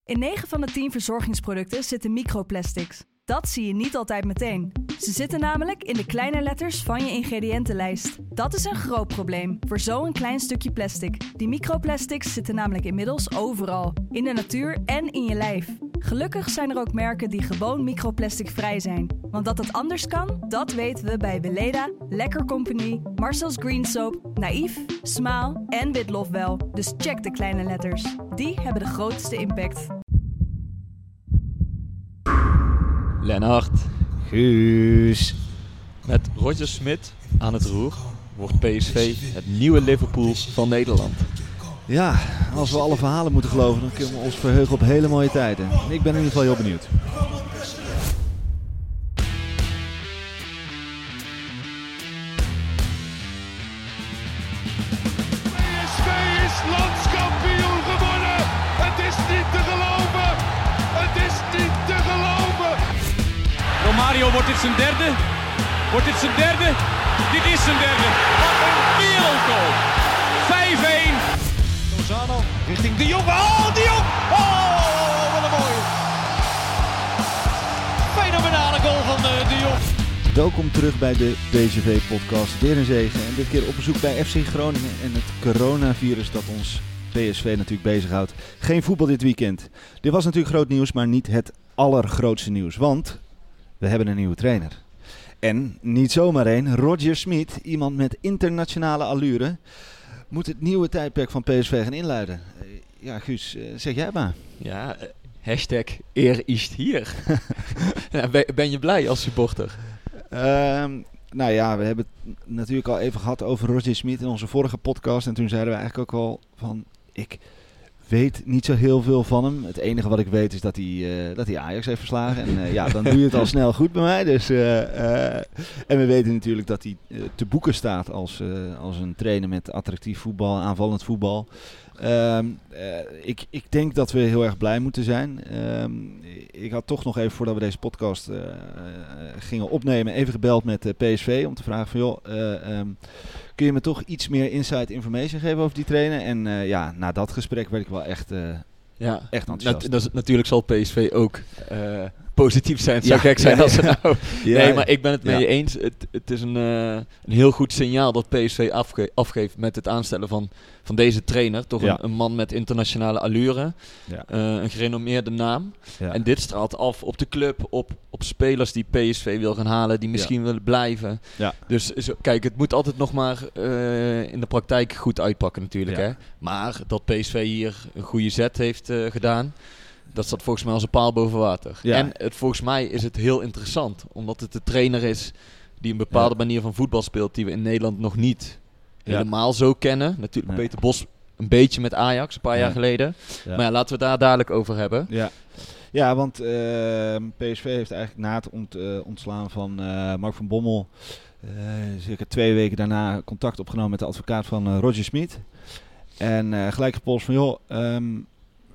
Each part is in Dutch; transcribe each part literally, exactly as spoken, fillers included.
In negen van de tien verzorgingsproducten zitten microplastics. Dat zie je niet altijd meteen. Ze zitten namelijk in de kleine letters van je ingrediëntenlijst. Dat is een groot probleem voor zo'n klein stukje plastic. Die microplastics zitten namelijk inmiddels overal. In de natuur en in je lijf. Gelukkig zijn er ook merken die gewoon microplasticvrij zijn. Want dat het anders kan, dat weten we bij Weleda, Lekker Company, Marcel's Green Soap, Naïef, Smaal en Witlof wel. Dus check de kleine letters. Die hebben de grootste impact. Lennart. Guus. Met Roger Smit aan het roer wordt P S V het nieuwe Liverpool van Nederland. Ja, als we alle verhalen moeten geloven, dan kunnen we ons verheugen op hele mooie tijden. Ik ben in ieder geval heel benieuwd. P S V is landskampioen geworden. Het is niet te geloven. Het is niet te geloven. Romario, wordt dit zijn derde? Wordt dit zijn derde? Dit is zijn derde. Wat een wereldgoal. vijf een. Lozano richting De Jong. Oh, De Jong! Oh, wat een mooie. Fenomenale goal van De, de Jong. Welkom terug bij de P S V-podcast. Weer een zege en dit keer op bezoek bij F C Groningen en het coronavirus dat ons P S V natuurlijk bezighoudt. Geen voetbal dit weekend. Dit was natuurlijk groot nieuws, maar niet het allergrootste nieuws, want we hebben een nieuwe trainer. En niet zomaar één, Roger Smit, iemand met internationale allure, moet het nieuwe tijdperk van P S V gaan inluiden. Uh, ja, Guus, uh, zeg jij maar. Ja, uh, hashtag eer is hier. Ja, ben, ben je blij als supporter? Uh, nou ja, we hebben het natuurlijk al even gehad over Roger Smit in onze vorige podcast. En toen zeiden we eigenlijk ook al van, ik weet niet zo heel veel van hem. Het enige wat ik weet is dat hij, uh, dat hij Ajax heeft verslagen. En uh, ja, dan doe je het al snel goed bij mij. Dus, uh, uh, en we weten natuurlijk dat hij uh, te boeken staat als, uh, als een trainer met attractief voetbal, aanvallend voetbal. Um, uh, ik, ik denk dat we heel erg blij moeten zijn. Um, ik had toch nog even, voordat we deze podcast uh, uh, gingen opnemen, even gebeld met uh, P S V om te vragen van joh, uh, um, kun je me toch iets meer inside information geven over die trainer? En uh, ja, na dat gesprek werd ik wel echt, uh, ja, echt enthousiast. Nat- dat is, natuurlijk zal P S V ook uh, positief zijn. Het zou Ja, gek zijn ja, als ze ja. nou... Ja, nee, maar ik ben het met ja. je eens. Het, het is een, uh, een heel goed signaal dat P S V afge- afgeeft met het aanstellen van, van deze trainer. Toch Ja. een, een man met internationale allure. Ja. Uh, een gerenommeerde naam. Ja. En dit straalt af op de club, op, op spelers die P S V wil gaan halen, die misschien ja. willen blijven. Ja. Dus zo, kijk, het moet altijd nog maar uh, in de praktijk goed uitpakken natuurlijk. Ja. Hè? Maar dat P S V hier een goede zet heeft uh, gedaan, dat staat volgens mij als een paal boven water. Ja. En het, volgens mij is het heel interessant, omdat het de trainer is die een bepaalde ja. manier van voetbal speelt die we in Nederland nog niet ja. helemaal zo kennen. Natuurlijk nee. Peter Bos een beetje met Ajax, een paar ja. jaar geleden. Ja. Maar ja, laten we het daar dadelijk over hebben. Ja, ja want uh, P S V heeft eigenlijk na het ont, uh, ontslaan van uh, Mark van Bommel uh, circa twee weken daarna contact opgenomen met de advocaat van uh, Roger Smit. En uh, gelijk gepolst van joh, um,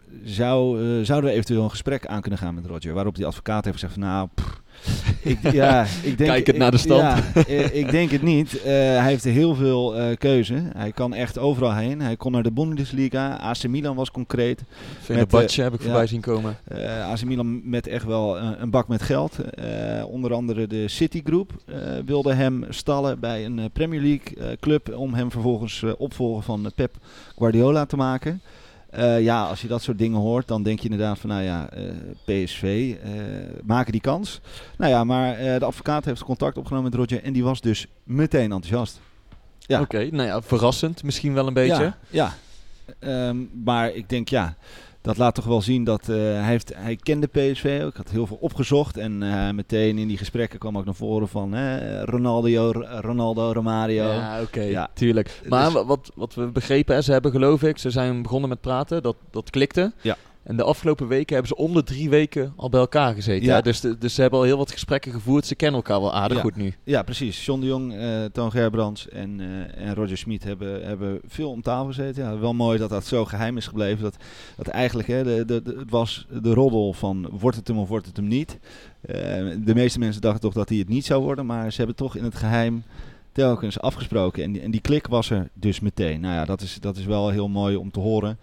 zou, uh, zouden we eventueel een gesprek aan kunnen gaan met Roger? Waarop die advocaat heeft gezegd van nou, pff, ik, ja, ik denk, kijk het ik, naar de stand. Ja, ik, ik denk het niet. Uh, hij heeft heel veel uh, keuze. Hij kan echt overal heen. Hij kon naar de Bundesliga. A C Milan was concreet. Fenerbahce uh, heb ik ja, voorbij zien komen. Uh, A C Milan met echt wel uh, een bak met geld. Uh, onder andere de City Group uh, wilde hem stallen bij een uh, Premier League uh, club om hem vervolgens uh, opvolger van uh, Pep Guardiola te maken. Uh, ja, als je dat soort dingen hoort, dan denk je inderdaad van, nou ja, uh, P S V, uh, maken die kans. Nou ja, maar uh, de advocaat heeft contact opgenomen met Roger en die was dus meteen enthousiast. Ja. Oké, okay, nou ja, verrassend misschien wel een beetje. Ja, ja. Um, maar ik denk, ja, dat laat toch wel zien dat uh, hij, heeft, hij kende P S V ook. Ik had heel veel opgezocht en uh, meteen in die gesprekken kwam ook naar voren van uh, Ronaldo, Ronaldo, Romario. Ja, oké, okay, ja. tuurlijk. Maar dus, wat, wat we begrepen, hè, ze hebben geloof ik, ze zijn begonnen met praten, dat, dat klikte. Ja. En de afgelopen weken hebben ze om de drie weken al bij elkaar gezeten. Ja. Hè? Dus, de, dus ze hebben al heel wat gesprekken gevoerd. Ze kennen elkaar wel aardig ja. goed nu. Ja, precies. John de Jong, uh, Toon Gerbrands en, uh, en Roger Smit hebben, hebben veel om tafel gezeten. Ja, wel mooi dat dat zo geheim is gebleven. Dat, dat eigenlijk, hè, de, de, de, het was de roddel van wordt het hem of wordt het hem niet. Uh, de meeste mensen dachten toch dat hij het niet zou worden. Maar ze hebben toch in het geheim telkens afgesproken. En die, en die klik was er dus meteen. Nou ja, dat is, dat is wel heel mooi om te horen.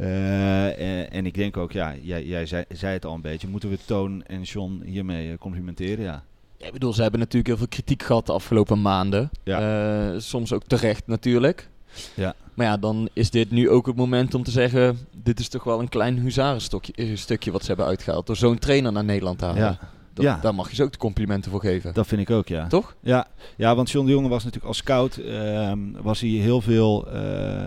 Uh, en, en ik denk ook, ja, jij, jij zei, zei het al een beetje. Moeten we Toon en John hiermee complimenteren? Ja. Ja, ik bedoel, ze hebben natuurlijk heel veel kritiek gehad de afgelopen maanden. Ja. Uh, soms ook terecht natuurlijk. Ja. Maar ja, dan is dit nu ook het moment om te zeggen... dit is toch wel een klein huzarenstukje wat ze hebben uitgehaald... door zo'n trainer naar Nederland te halen. Ja. Dat, ja. Daar mag je ze ook de complimenten voor geven. Dat vind ik ook, ja. Toch? Ja, ja, want John de Jonge was natuurlijk als scout... Uh, was hij heel veel... Uh,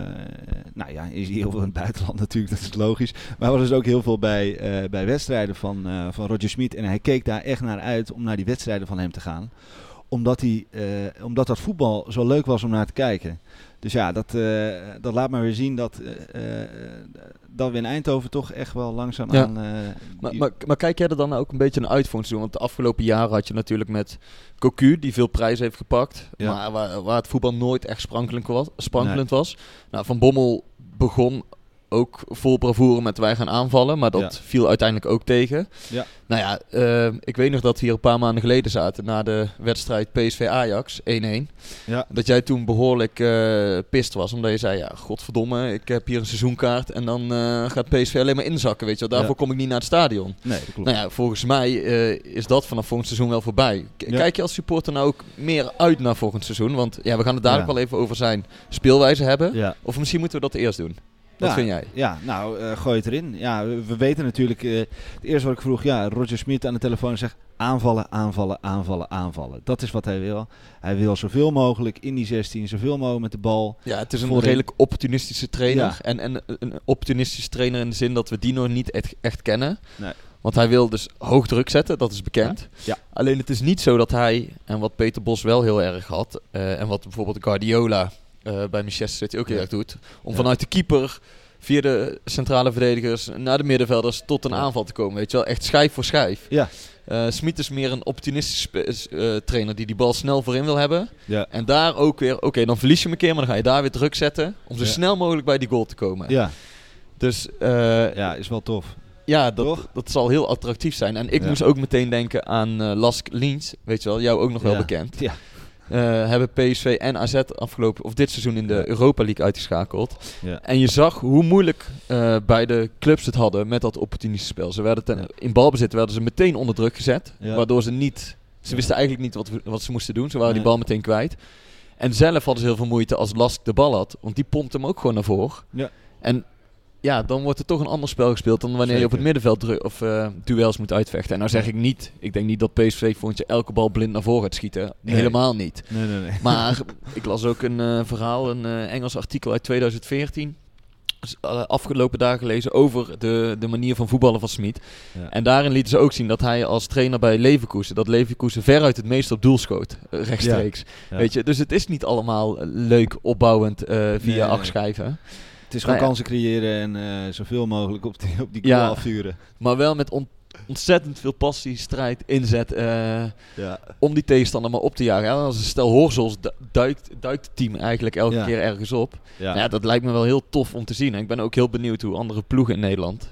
nou ja, is hij heel veel in het buitenland natuurlijk, dat is logisch. Maar was dus ook heel veel bij, uh, bij wedstrijden van, uh, van Roger Smit. En hij keek daar echt naar uit om naar die wedstrijden van hem te gaan. Omdat, hij, uh, omdat dat voetbal zo leuk was om naar te kijken. Dus ja, dat, uh, dat laat maar weer zien dat, uh, uh, dat we in Eindhoven toch echt wel langzaam ja. aan... Uh, maar, maar, maar kijk jij er dan ook een beetje naar uit volgens doen? Want de afgelopen jaren had je natuurlijk met Cocu, die veel prijzen heeft gepakt. Ja. Maar waar, waar het voetbal nooit echt sprankelend was. Sprankelend nee. was. Nou, Van Bommel begon ook vol bravoure met wij gaan aanvallen. Maar dat ja. viel uiteindelijk ook tegen. Ja. Nou ja, uh, ik weet nog dat we hier een paar maanden geleden zaten... na de wedstrijd P S V Ajax, één-één. Ja. Dat jij toen behoorlijk uh, pist was. Omdat je zei, ja, godverdomme, ik heb hier een seizoenkaart... en dan uh, gaat P S V alleen maar inzakken, weet je wel. Daarvoor ja. kom ik niet naar het stadion. Nee, dat klopt. Nou ja, volgens mij uh, is dat vanaf volgend seizoen wel voorbij. K- ja. Kijk je als supporter nou ook meer uit naar volgend seizoen? Want ja, we gaan het dadelijk ja. wel even over zijn speelwijze hebben. Ja. Of misschien moeten we dat eerst doen. Wat ja, vind jij? Ja, nou, uh, gooi het erin. Ja, we, we weten natuurlijk... Uh, het eerste wat ik vroeg, ja, Roger Smit aan de telefoon zegt... aanvallen, aanvallen, aanvallen, aanvallen. Dat is wat hij wil. Hij wil zoveel mogelijk in die zestien, zoveel mogelijk met de bal. Ja, het is een redelijk opportunistische trainer. Ja. En, en een opportunistische trainer in de zin dat we die nog niet echt, echt kennen. Nee. Want hij wil dus hoog druk zetten, dat is bekend. Ja. Ja. Alleen het is niet zo dat hij, en wat Peter Bos wel heel erg had... Uh, en wat bijvoorbeeld Guardiola... Uh, bij Manchester City ook heel ja. erg doet. Om ja. vanuit de keeper via de centrale verdedigers naar de middenvelders tot een ja. aanval te komen. Weet je wel, echt schijf voor schijf. Ja. Uh, Smit is meer een opportunistische uh, trainer die die bal snel voorin wil hebben. Ja. En daar ook weer, oké, okay, dan verlies je hem een keer, maar dan ga je daar weer druk zetten. Om zo ja. snel mogelijk bij die goal te komen. Ja. Dus, uh, ja, is wel tof. Ja, dat, dat zal heel attractief zijn. En ik ja. moest ook meteen denken aan uh, Lask Linz. Weet je wel, jou ook nog ja. wel bekend. Ja. Uh, hebben P S V en A Z afgelopen of dit seizoen in de ja. Europa League uitgeschakeld. Ja. En je zag hoe moeilijk uh, beide clubs het hadden met dat opportunistische spel. Ze werden ten, ja. In balbezit werden ze meteen onder druk gezet, ja. waardoor ze niet, ze ja. wisten eigenlijk niet wat, wat ze moesten doen. Ze waren nee. die bal meteen kwijt. En zelf hadden ze heel veel moeite als Lask de bal had, want die pompt hem ook gewoon naar voren. Ja. En ja, dan wordt er toch een ander spel gespeeld dan wanneer Zeker. je op het middenveld dru- of uh, duels moet uitvechten. En nou zeg ik niet, ik denk niet dat P S V volgend jaar elke bal blind naar voren gaat schieten. Nee. Helemaal niet. Nee, nee, nee. Maar ik las ook een uh, verhaal, een uh, Engels artikel uit twintig veertien. Uh, afgelopen dagen gelezen over de, de manier van voetballen van Smit. Ja. En daarin lieten ze ook zien dat hij als trainer bij Leverkusen, dat Leverkusen veruit het meest op doel schoot. Uh, rechtstreeks. Ja. Ja. Weet je? Dus het is niet allemaal leuk opbouwend uh, via nee, acht schijven. Nee. Het is gewoon nou ja. kansen creëren en uh, zoveel mogelijk op die, op die goal ja, afvuren. Maar wel met on- ontzettend veel passie, strijd, inzet uh, ja. om die tegenstander maar op te jagen. Ja, als een stel Horzels du- duikt, duikt het team eigenlijk elke ja. keer ergens op. Ja. Nou ja, dat lijkt me wel heel tof om te zien. En ik ben ook heel benieuwd hoe andere ploegen in Nederland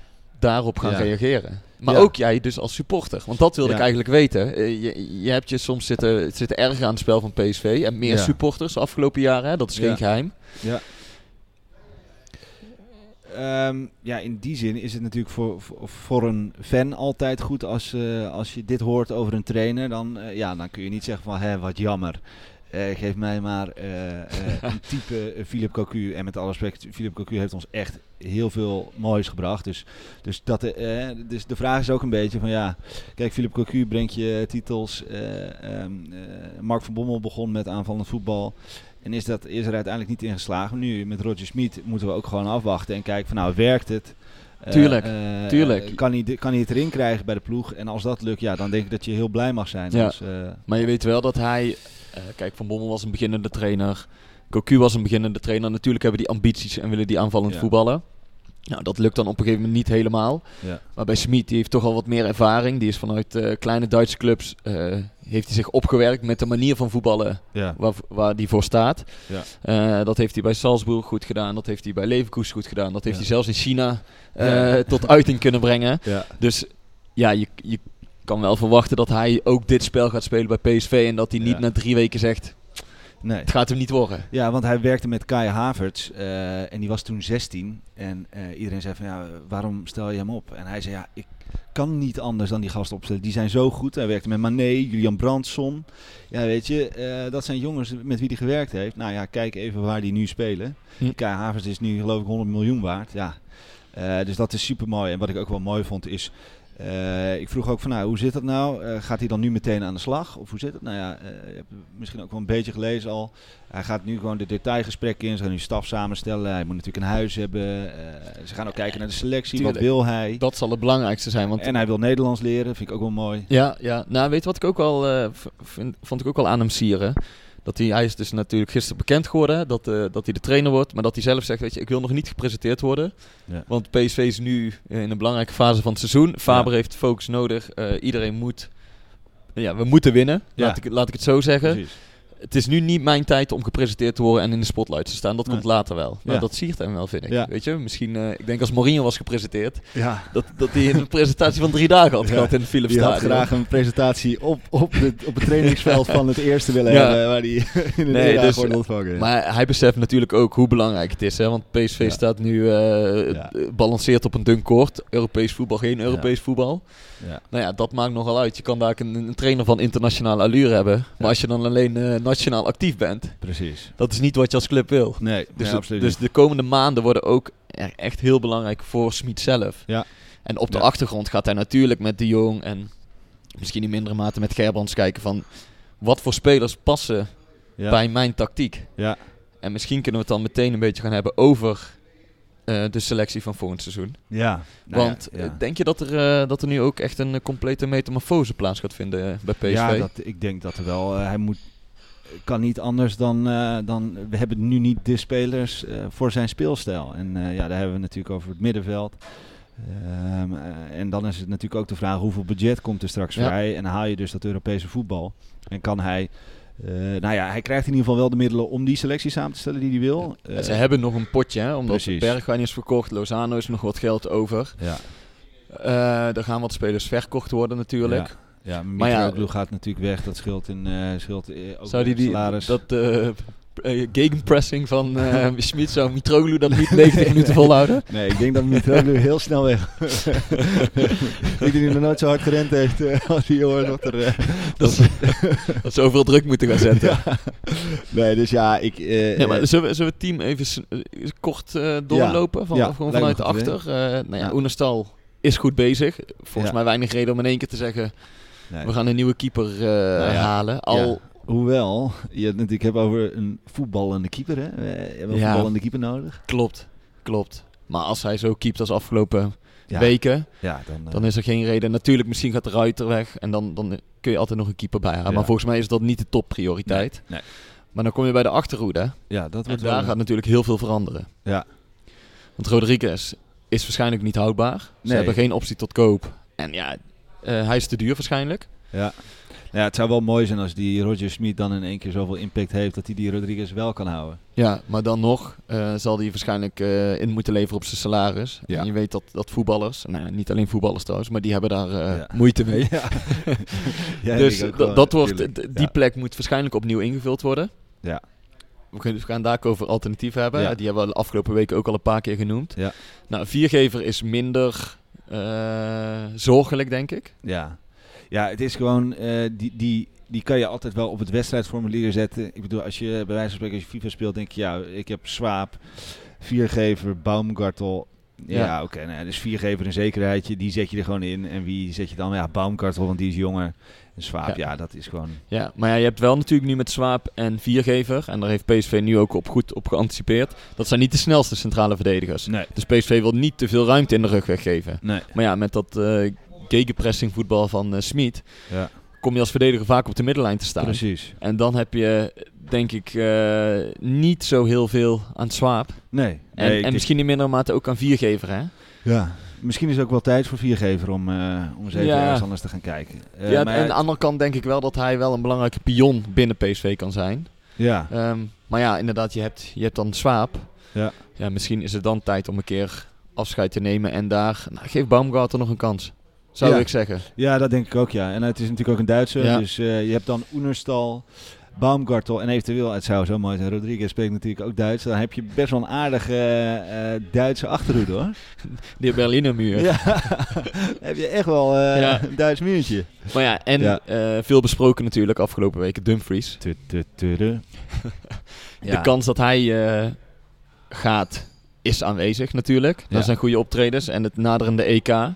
daarop gaan ja. reageren. Maar ja. ook jij dus als supporter. Want dat wilde ja. ik eigenlijk weten. Uh, je, je hebt je soms zitten, zitten erger aan het spel van P S V. En meer ja. supporters de afgelopen jaren. Hè? Dat is geen ja. geheim. Ja. Um, ja, in die zin is het natuurlijk voor, voor, voor een fan altijd goed als, uh, als je dit hoort over een trainer. Dan, uh, ja, dan kun je niet zeggen van, hé, wat jammer. Uh, geef mij maar uh, uh, een type uh, Philippe Cocu. En met alle respect, Philippe Cocu heeft ons echt heel veel moois gebracht. Dus, dus, dat, uh, dus de vraag is ook een beetje van, ja, kijk, Philippe Cocu brengt je titels. Uh, um, uh, Mark van Bommel begon met aanvallend voetbal. En is, dat, is er uiteindelijk niet in geslagen. Nu met Roger Smit moeten we ook gewoon afwachten en kijken van nou, werkt het? Tuurlijk, uh, uh, tuurlijk. Kan hij, kan hij het erin krijgen bij de ploeg? En als dat lukt, ja, dan denk ik dat je heel blij mag zijn. Ja. Als, uh, maar je weet wel dat hij... Uh, kijk, Van Bommel was een beginnende trainer. Cocu was een beginnende trainer. Natuurlijk hebben die ambities en willen die aanvallend ja. voetballen. Nou, dat lukt dan op een gegeven moment niet helemaal. Ja. Maar bij Smit, die heeft toch al wat meer ervaring. Die is vanuit uh, kleine Duitse clubs... Uh, heeft hij zich opgewerkt met de manier van voetballen ja. waar, waar die voor staat. Ja. Uh, dat heeft hij bij Salzburg goed gedaan. Dat heeft hij bij Leverkusen goed gedaan. Dat heeft ja. hij zelfs in China uh, ja. tot uiting kunnen brengen. Ja. Dus ja, je, je kan wel verwachten dat hij ook dit spel gaat spelen bij P S V. En dat hij niet ja. na drie weken zegt... Nee. Het gaat hem niet worden. Ja, want hij werkte met Kai Havertz uh, en die was toen zestien. En uh, iedereen zei van, ja, waarom stel je hem op? En hij zei, ja, ik kan niet anders dan die gasten opstellen. Die zijn zo goed. Hij werkte met Mané, Julian Brandsson. Ja, weet je, uh, dat zijn jongens met wie hij gewerkt heeft. Nou ja, kijk even waar die nu spelen. Hm. Kai Havertz is nu geloof ik honderd miljoen waard. Ja, uh, dus dat is super mooi. En wat ik ook wel mooi vond is... Uh, ik vroeg ook van, nou, hoe zit dat nou? Uh, gaat hij dan nu meteen aan de slag? Of hoe zit het? Nou ja, uh, je hebt misschien ook wel een beetje gelezen al. Hij gaat nu gewoon de detailgesprekken in. Ze gaan nu staf samenstellen. Hij moet natuurlijk een huis hebben. Uh, ze gaan ook kijken naar de selectie. Tuurlijk. Wat wil hij? Dat zal het belangrijkste zijn. Want en hij wil Nederlands leren. Vind ik ook wel mooi. Ja, ja. Nou, weet je wat ik ook wel... Uh, vind, vond ik ook wel aan hem sieren? Dat hij, hij is dus natuurlijk gisteren bekend geworden dat, uh, dat hij de trainer wordt. Maar dat hij zelf zegt, weet je, ik wil nog niet gepresenteerd worden. Ja. Want P S V is nu in een belangrijke fase van het seizoen. Faber ja. heeft focus nodig. Uh, iedereen moet... Ja, we moeten winnen. Ja. Laat, ik, laat ik het zo zeggen. Precies. Het is nu niet mijn tijd om gepresenteerd te worden en in de spotlight te staan. Dat nee. komt later wel. Maar ja. dat siert hem wel, vind ik. Ja. Weet je, misschien, uh, ik denk als Mourinho was gepresenteerd, ja. dat, dat hij een presentatie van drie dagen had ja. gehad in het Philips Stadion. Die had graag een presentatie op, op, de, op het trainingsveld van het eerste willen ja. hebben, waar hij in de nee, dus, wordt ontvangen. Ja. Maar hij beseft natuurlijk ook hoe belangrijk het is. Hè? Want P S V ja. staat nu, uh, ja. balanceert op een dun koord. Europees voetbal, geen Europees ja. voetbal. Ja. Nou ja, dat maakt nogal uit. Je kan daar een, een trainer van internationale allure hebben. Maar ja. als je dan alleen uh, nationaal actief bent, precies. dat is niet wat je als club wil. Nee, dus, nee, absoluut dus de komende maanden worden ook echt heel belangrijk voor Smit zelf. Ja. En op de ja. achtergrond gaat hij natuurlijk met De Jong en misschien in mindere mate met Gerbrands kijken van wat voor spelers passen ja. bij mijn tactiek. Ja. En misschien kunnen we het dan meteen een beetje gaan hebben over uh, de selectie van volgend seizoen. Ja. Nou Want ja, ja. denk je dat er, uh, dat er nu ook echt een uh, complete metamorfose plaats gaat vinden uh, bij P S V? Ja, dat, ik denk dat er wel. Uh, hij moet, kan niet anders dan, uh, dan... We hebben nu niet de spelers uh, voor zijn speelstijl. En uh, ja, daar hebben we natuurlijk over het middenveld. Um, uh, en dan is het natuurlijk ook de vraag hoeveel budget komt er straks ja. vrij. En haal je dus dat Europese voetbal. En kan hij... Uh, nou ja, hij krijgt in ieder geval wel de middelen om die selectie samen te stellen die hij wil. Ja, uh, ze hebben nog een potje, hè, omdat Bergwijn is verkocht. Lozano is nog wat geld over. Ja. Uh, er gaan wat spelers verkocht worden natuurlijk. Ja, ja maar ja, gaat natuurlijk weg. Dat scheelt in, uh, scheelt in ook zou die, die salaris. Dat uh, uh, gegenpressing van uh, Smit zou Mitroglou dat niet negentig minuten volhouden? Nee, ik denk dat Mitroglou heel snel weg. Ik denk dat hij nog nooit zo hard gerend heeft uh, als hij hoort dat er... Uh, dat, ze, dat ze overal druk moeten gaan zetten. Ja. Nee, dus ja, ik... Uh, ja, maar zullen we, zullen we het team even uh, kort uh, doorlopen? Ja. Van, ja, gewoon vanuit de achter. Uh, nou ja, ja. Oenerstal is goed bezig. Volgens ja. mij weinig reden om in één keer te zeggen... Nee. We gaan een nieuwe keeper uh, nou ja. halen. Al... Ja. Hoewel, je het natuurlijk hebt over een voetballende keeper. Hè? We hebben een ja. voetballende keeper nodig. Klopt, klopt. Maar als hij zo keept als afgelopen ja. weken, ja, dan, uh... dan is er geen reden. Natuurlijk, misschien gaat de Ruiter weg en dan, dan kun je altijd nog een keeper bij halen. Ja. Maar volgens mij is dat niet de topprioriteit. Nee. Nee. Maar dan kom je bij de achterhoede. Ja, dat en daar wel... gaat natuurlijk heel veel veranderen. Ja. Want Rodriguez is waarschijnlijk niet houdbaar. Ze nee. hebben geen optie tot koop. En ja, uh, hij is te duur waarschijnlijk. Ja. Ja, het zou wel mooi zijn als die Roger Smit dan in één keer zoveel impact heeft dat hij die Rodriguez wel kan houden. Ja, maar dan nog uh, zal hij waarschijnlijk uh, in moeten leveren op zijn salaris. Ja. En je weet dat, dat voetballers, nou niet alleen voetballers trouwens, maar die hebben daar uh, ja. moeite mee. Ja. Ja, dus d- gewoon, dat wordt, d- die ja. plek moet waarschijnlijk opnieuw ingevuld worden. Ja. We, kunnen, we gaan daar over alternatieven hebben. Ja. Die hebben we de afgelopen weken ook al een paar keer genoemd. Ja. Nou, een viergever is minder uh, zorgelijk, denk ik. Ja. Ja, het is gewoon, uh, die, die, die kan je altijd wel op het wedstrijdformulier zetten. Ik bedoel, als je bij wijze van spreken, als je FIFA speelt, denk je, ja, ik heb Swaap, Viergever, Baumgartel. Ja, ja oké, okay, nou ja, dus Viergever een zekerheidje, die zet je er gewoon in. En wie zet je dan? Ja, Baumgartel, want die is jonger. En Swaap, ja. ja, dat is gewoon... Ja, maar ja, je hebt wel natuurlijk nu met Swaap en Viergever, en daar heeft P S V nu ook op goed op geanticipeerd, dat zijn niet de snelste centrale verdedigers. Nee. Dus P S V wil niet te veel ruimte in de rug weggeven. Nee. Maar ja, met dat... Uh, gegenpressing voetbal van uh, Smit, ja. kom je als verdediger vaak op de middenlijn te staan. Precies. En dan heb je, denk ik, uh, niet zo heel veel aan Swaap. Nee. En, nee en misschien in mindere mate ook aan Viergever, hè? Ja. Misschien is het ook wel tijd voor Viergever om, uh, om eens even ja. ergens anders te gaan kijken. Uh, ja, maar en aan de andere kant denk ik wel dat hij wel een belangrijke pion binnen P S V kan zijn. Ja. Um, maar ja, inderdaad, je hebt, je hebt dan Swaap. Ja. Ja, misschien is het dan tijd om een keer afscheid te nemen en daar... Nou, geef Baumgartel nog een kans. Zou ja. ik zeggen. Ja, dat denk ik ook, ja. En het is natuurlijk ook een Duitser. Ja. Dus uh, je hebt dan Oenerstal, Baumgartel en eventueel, het zou zo mooi zijn, Rodriguez spreekt natuurlijk ook Duits. Dan heb je best wel een aardige uh, Duitse achterhoede hoor. Die Berliner muur. Ja, heb je echt wel uh, ja. een Duits muurtje. Maar ja, en ja. Uh, veel besproken natuurlijk afgelopen weken, Dumfries. Tu, tu, tu, tu. Ja. De kans dat hij uh, gaat is aanwezig natuurlijk. Dat ja. zijn goede optredens en het naderende E K. Ja.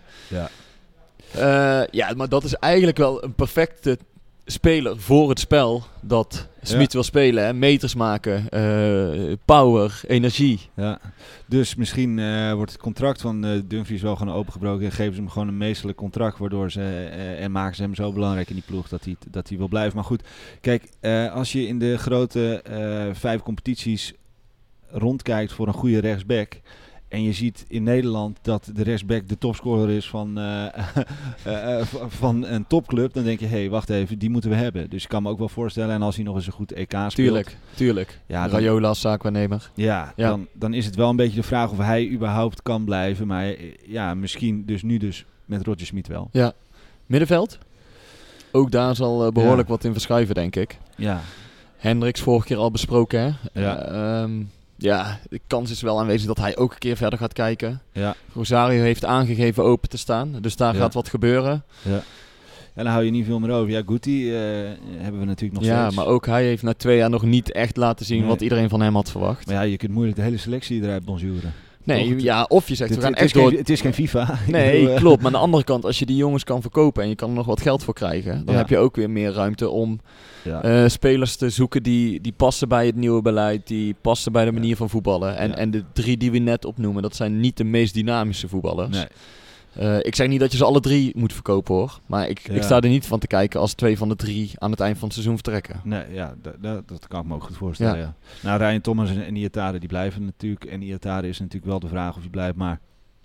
Uh, ja, maar dat is eigenlijk wel een perfecte speler voor het spel dat Smit ja. wil spelen. Hè? Meters maken, uh, power, energie. Ja. Dus misschien uh, wordt het contract van uh, Dumfries wel gewoon opengebroken en geven ze hem gewoon een meesterlijk contract, waardoor ze uh, en maken ze hem zo belangrijk in die ploeg dat hij, dat hij wil blijven. Maar goed, kijk, uh, als je in de grote uh, vijf competities rondkijkt voor een goede rechtsback en je ziet in Nederland dat de rechtsback de topscorer is van, uh, uh, uh, van een topclub, dan denk je, hé, hey, wacht even, die moeten we hebben. Dus ik kan me ook wel voorstellen, en als hij nog eens een goed E K speelt. Tuurlijk, tuurlijk. Ja, dan, Raiola als zaakwaarnemer. Ja, ja. Dan, dan is het wel een beetje de vraag of hij überhaupt kan blijven. Maar ja, misschien dus nu dus met Roger Smit wel. Ja. Middenveld? Ook daar zal uh, behoorlijk ja. wat in verschuiven, denk ik. Ja. Hendricks vorige keer al besproken, hè? Ja. Uh, um, Ja, de kans is wel aanwezig dat hij ook een keer verder gaat kijken. Ja. Rosario heeft aangegeven open te staan, dus daar ja. gaat wat gebeuren. Ja. En dan hou je niet veel meer over. Ja, Guti uh, hebben we natuurlijk nog ja, steeds. Ja, maar ook hij heeft na twee jaar nog niet echt laten zien nee. wat iedereen van hem had verwacht. Maar ja, je kunt moeilijk de hele selectie eruit bonjouren. Nee, Toch? ja, of je zegt, het, we gaan het echt is door... Geen, het is geen FIFA. Nee, bedoel, klopt. Maar aan de andere kant, als je die jongens kan verkopen en je kan er nog wat geld voor krijgen, dan ja. heb je ook weer meer ruimte om ja. uh, spelers te zoeken die, die passen bij het nieuwe beleid, die passen bij de manier ja. van voetballen. En, ja. en de drie die we net opnoemen, dat zijn niet de meest dynamische voetballers. Nee. Uh, ik zeg niet dat je ze alle drie moet verkopen hoor, maar ik, ja. ik sta er niet van te kijken als twee van de drie aan het eind van het seizoen vertrekken. Nee, ja, d- d- dat kan ik me ook goed voorstellen. Ja. Ja. Nou, Ryan Thomas en Iatare die blijven natuurlijk. En Iatare is natuurlijk wel de vraag of hij blijft, maar...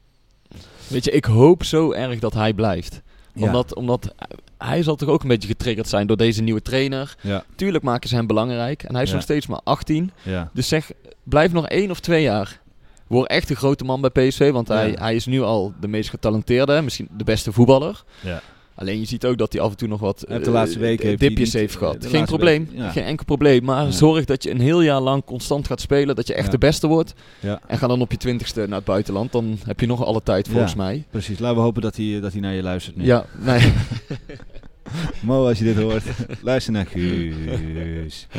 Weet je, ik hoop zo erg dat hij blijft. Ja. Omdat, omdat hij zal toch ook een beetje getriggerd zijn door deze nieuwe trainer. Ja. Tuurlijk maken ze hem belangrijk en hij is ja. nog steeds maar achttien. Ja. Dus zeg, blijf nog één of twee jaar. Word echt een grote man bij P S V, want hij, ja. hij is nu al de meest getalenteerde, misschien de beste voetballer. Ja. Alleen je ziet ook dat hij af en toe nog wat uh, de laatste weken heeft dipjes heeft heeft gehad. De geen probleem, week, ja. geen enkel probleem. Maar ja. zorg dat je een heel jaar lang constant gaat spelen, dat je echt ja. de beste wordt. Ja. En ga dan op je twintigste naar het buitenland, dan heb je nog alle tijd volgens ja, mij. Precies, laten we hopen dat hij, dat hij naar je luistert nu. Ja, nee. Mo, als je dit hoort, luister naar Guus.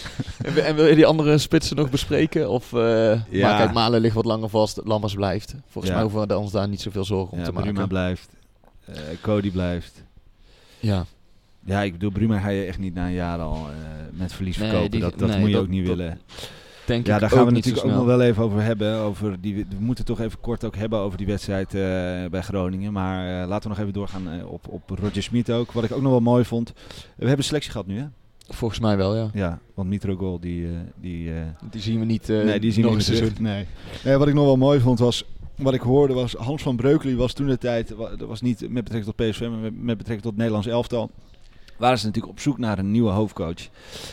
en, en wil je die andere spitsen nog bespreken? Of uh, ja. maar kijk, Malen ligt wat langer vast, Lammers blijft. Volgens ja. mij hoeven we ons daar niet zoveel zorgen om ja, te Bruma maken. blijft, uh, Cody blijft. Ja. Ja, ik bedoel, Bruma ga je echt niet na een jaar al uh, met verlies nee, verkopen. Die, dat dat nee, moet je dat, ook niet dat willen. Denk ja, ik daar gaan ook we niet natuurlijk ook nog wel even over hebben. Over die, we moeten toch even kort ook hebben over die wedstrijd uh, bij Groningen. Maar uh, laten we nog even doorgaan uh, op, op Roger Smit ook. Wat ik ook nog wel mooi vond. We hebben selectie gehad nu, hè? Volgens mij wel, ja. Ja, want Mitroglou, die... Uh, die, uh, die zien we niet uh, nee, die zien nog we een seizoen. Nee. nee, wat ik nog wel mooi vond was... Wat ik hoorde was... Hans van Breukelen was toen de tijd... Dat was niet met betrekking tot P S V, maar met betrekking tot het Nederlands elftal. Waren ze natuurlijk op zoek naar een nieuwe hoofdcoach.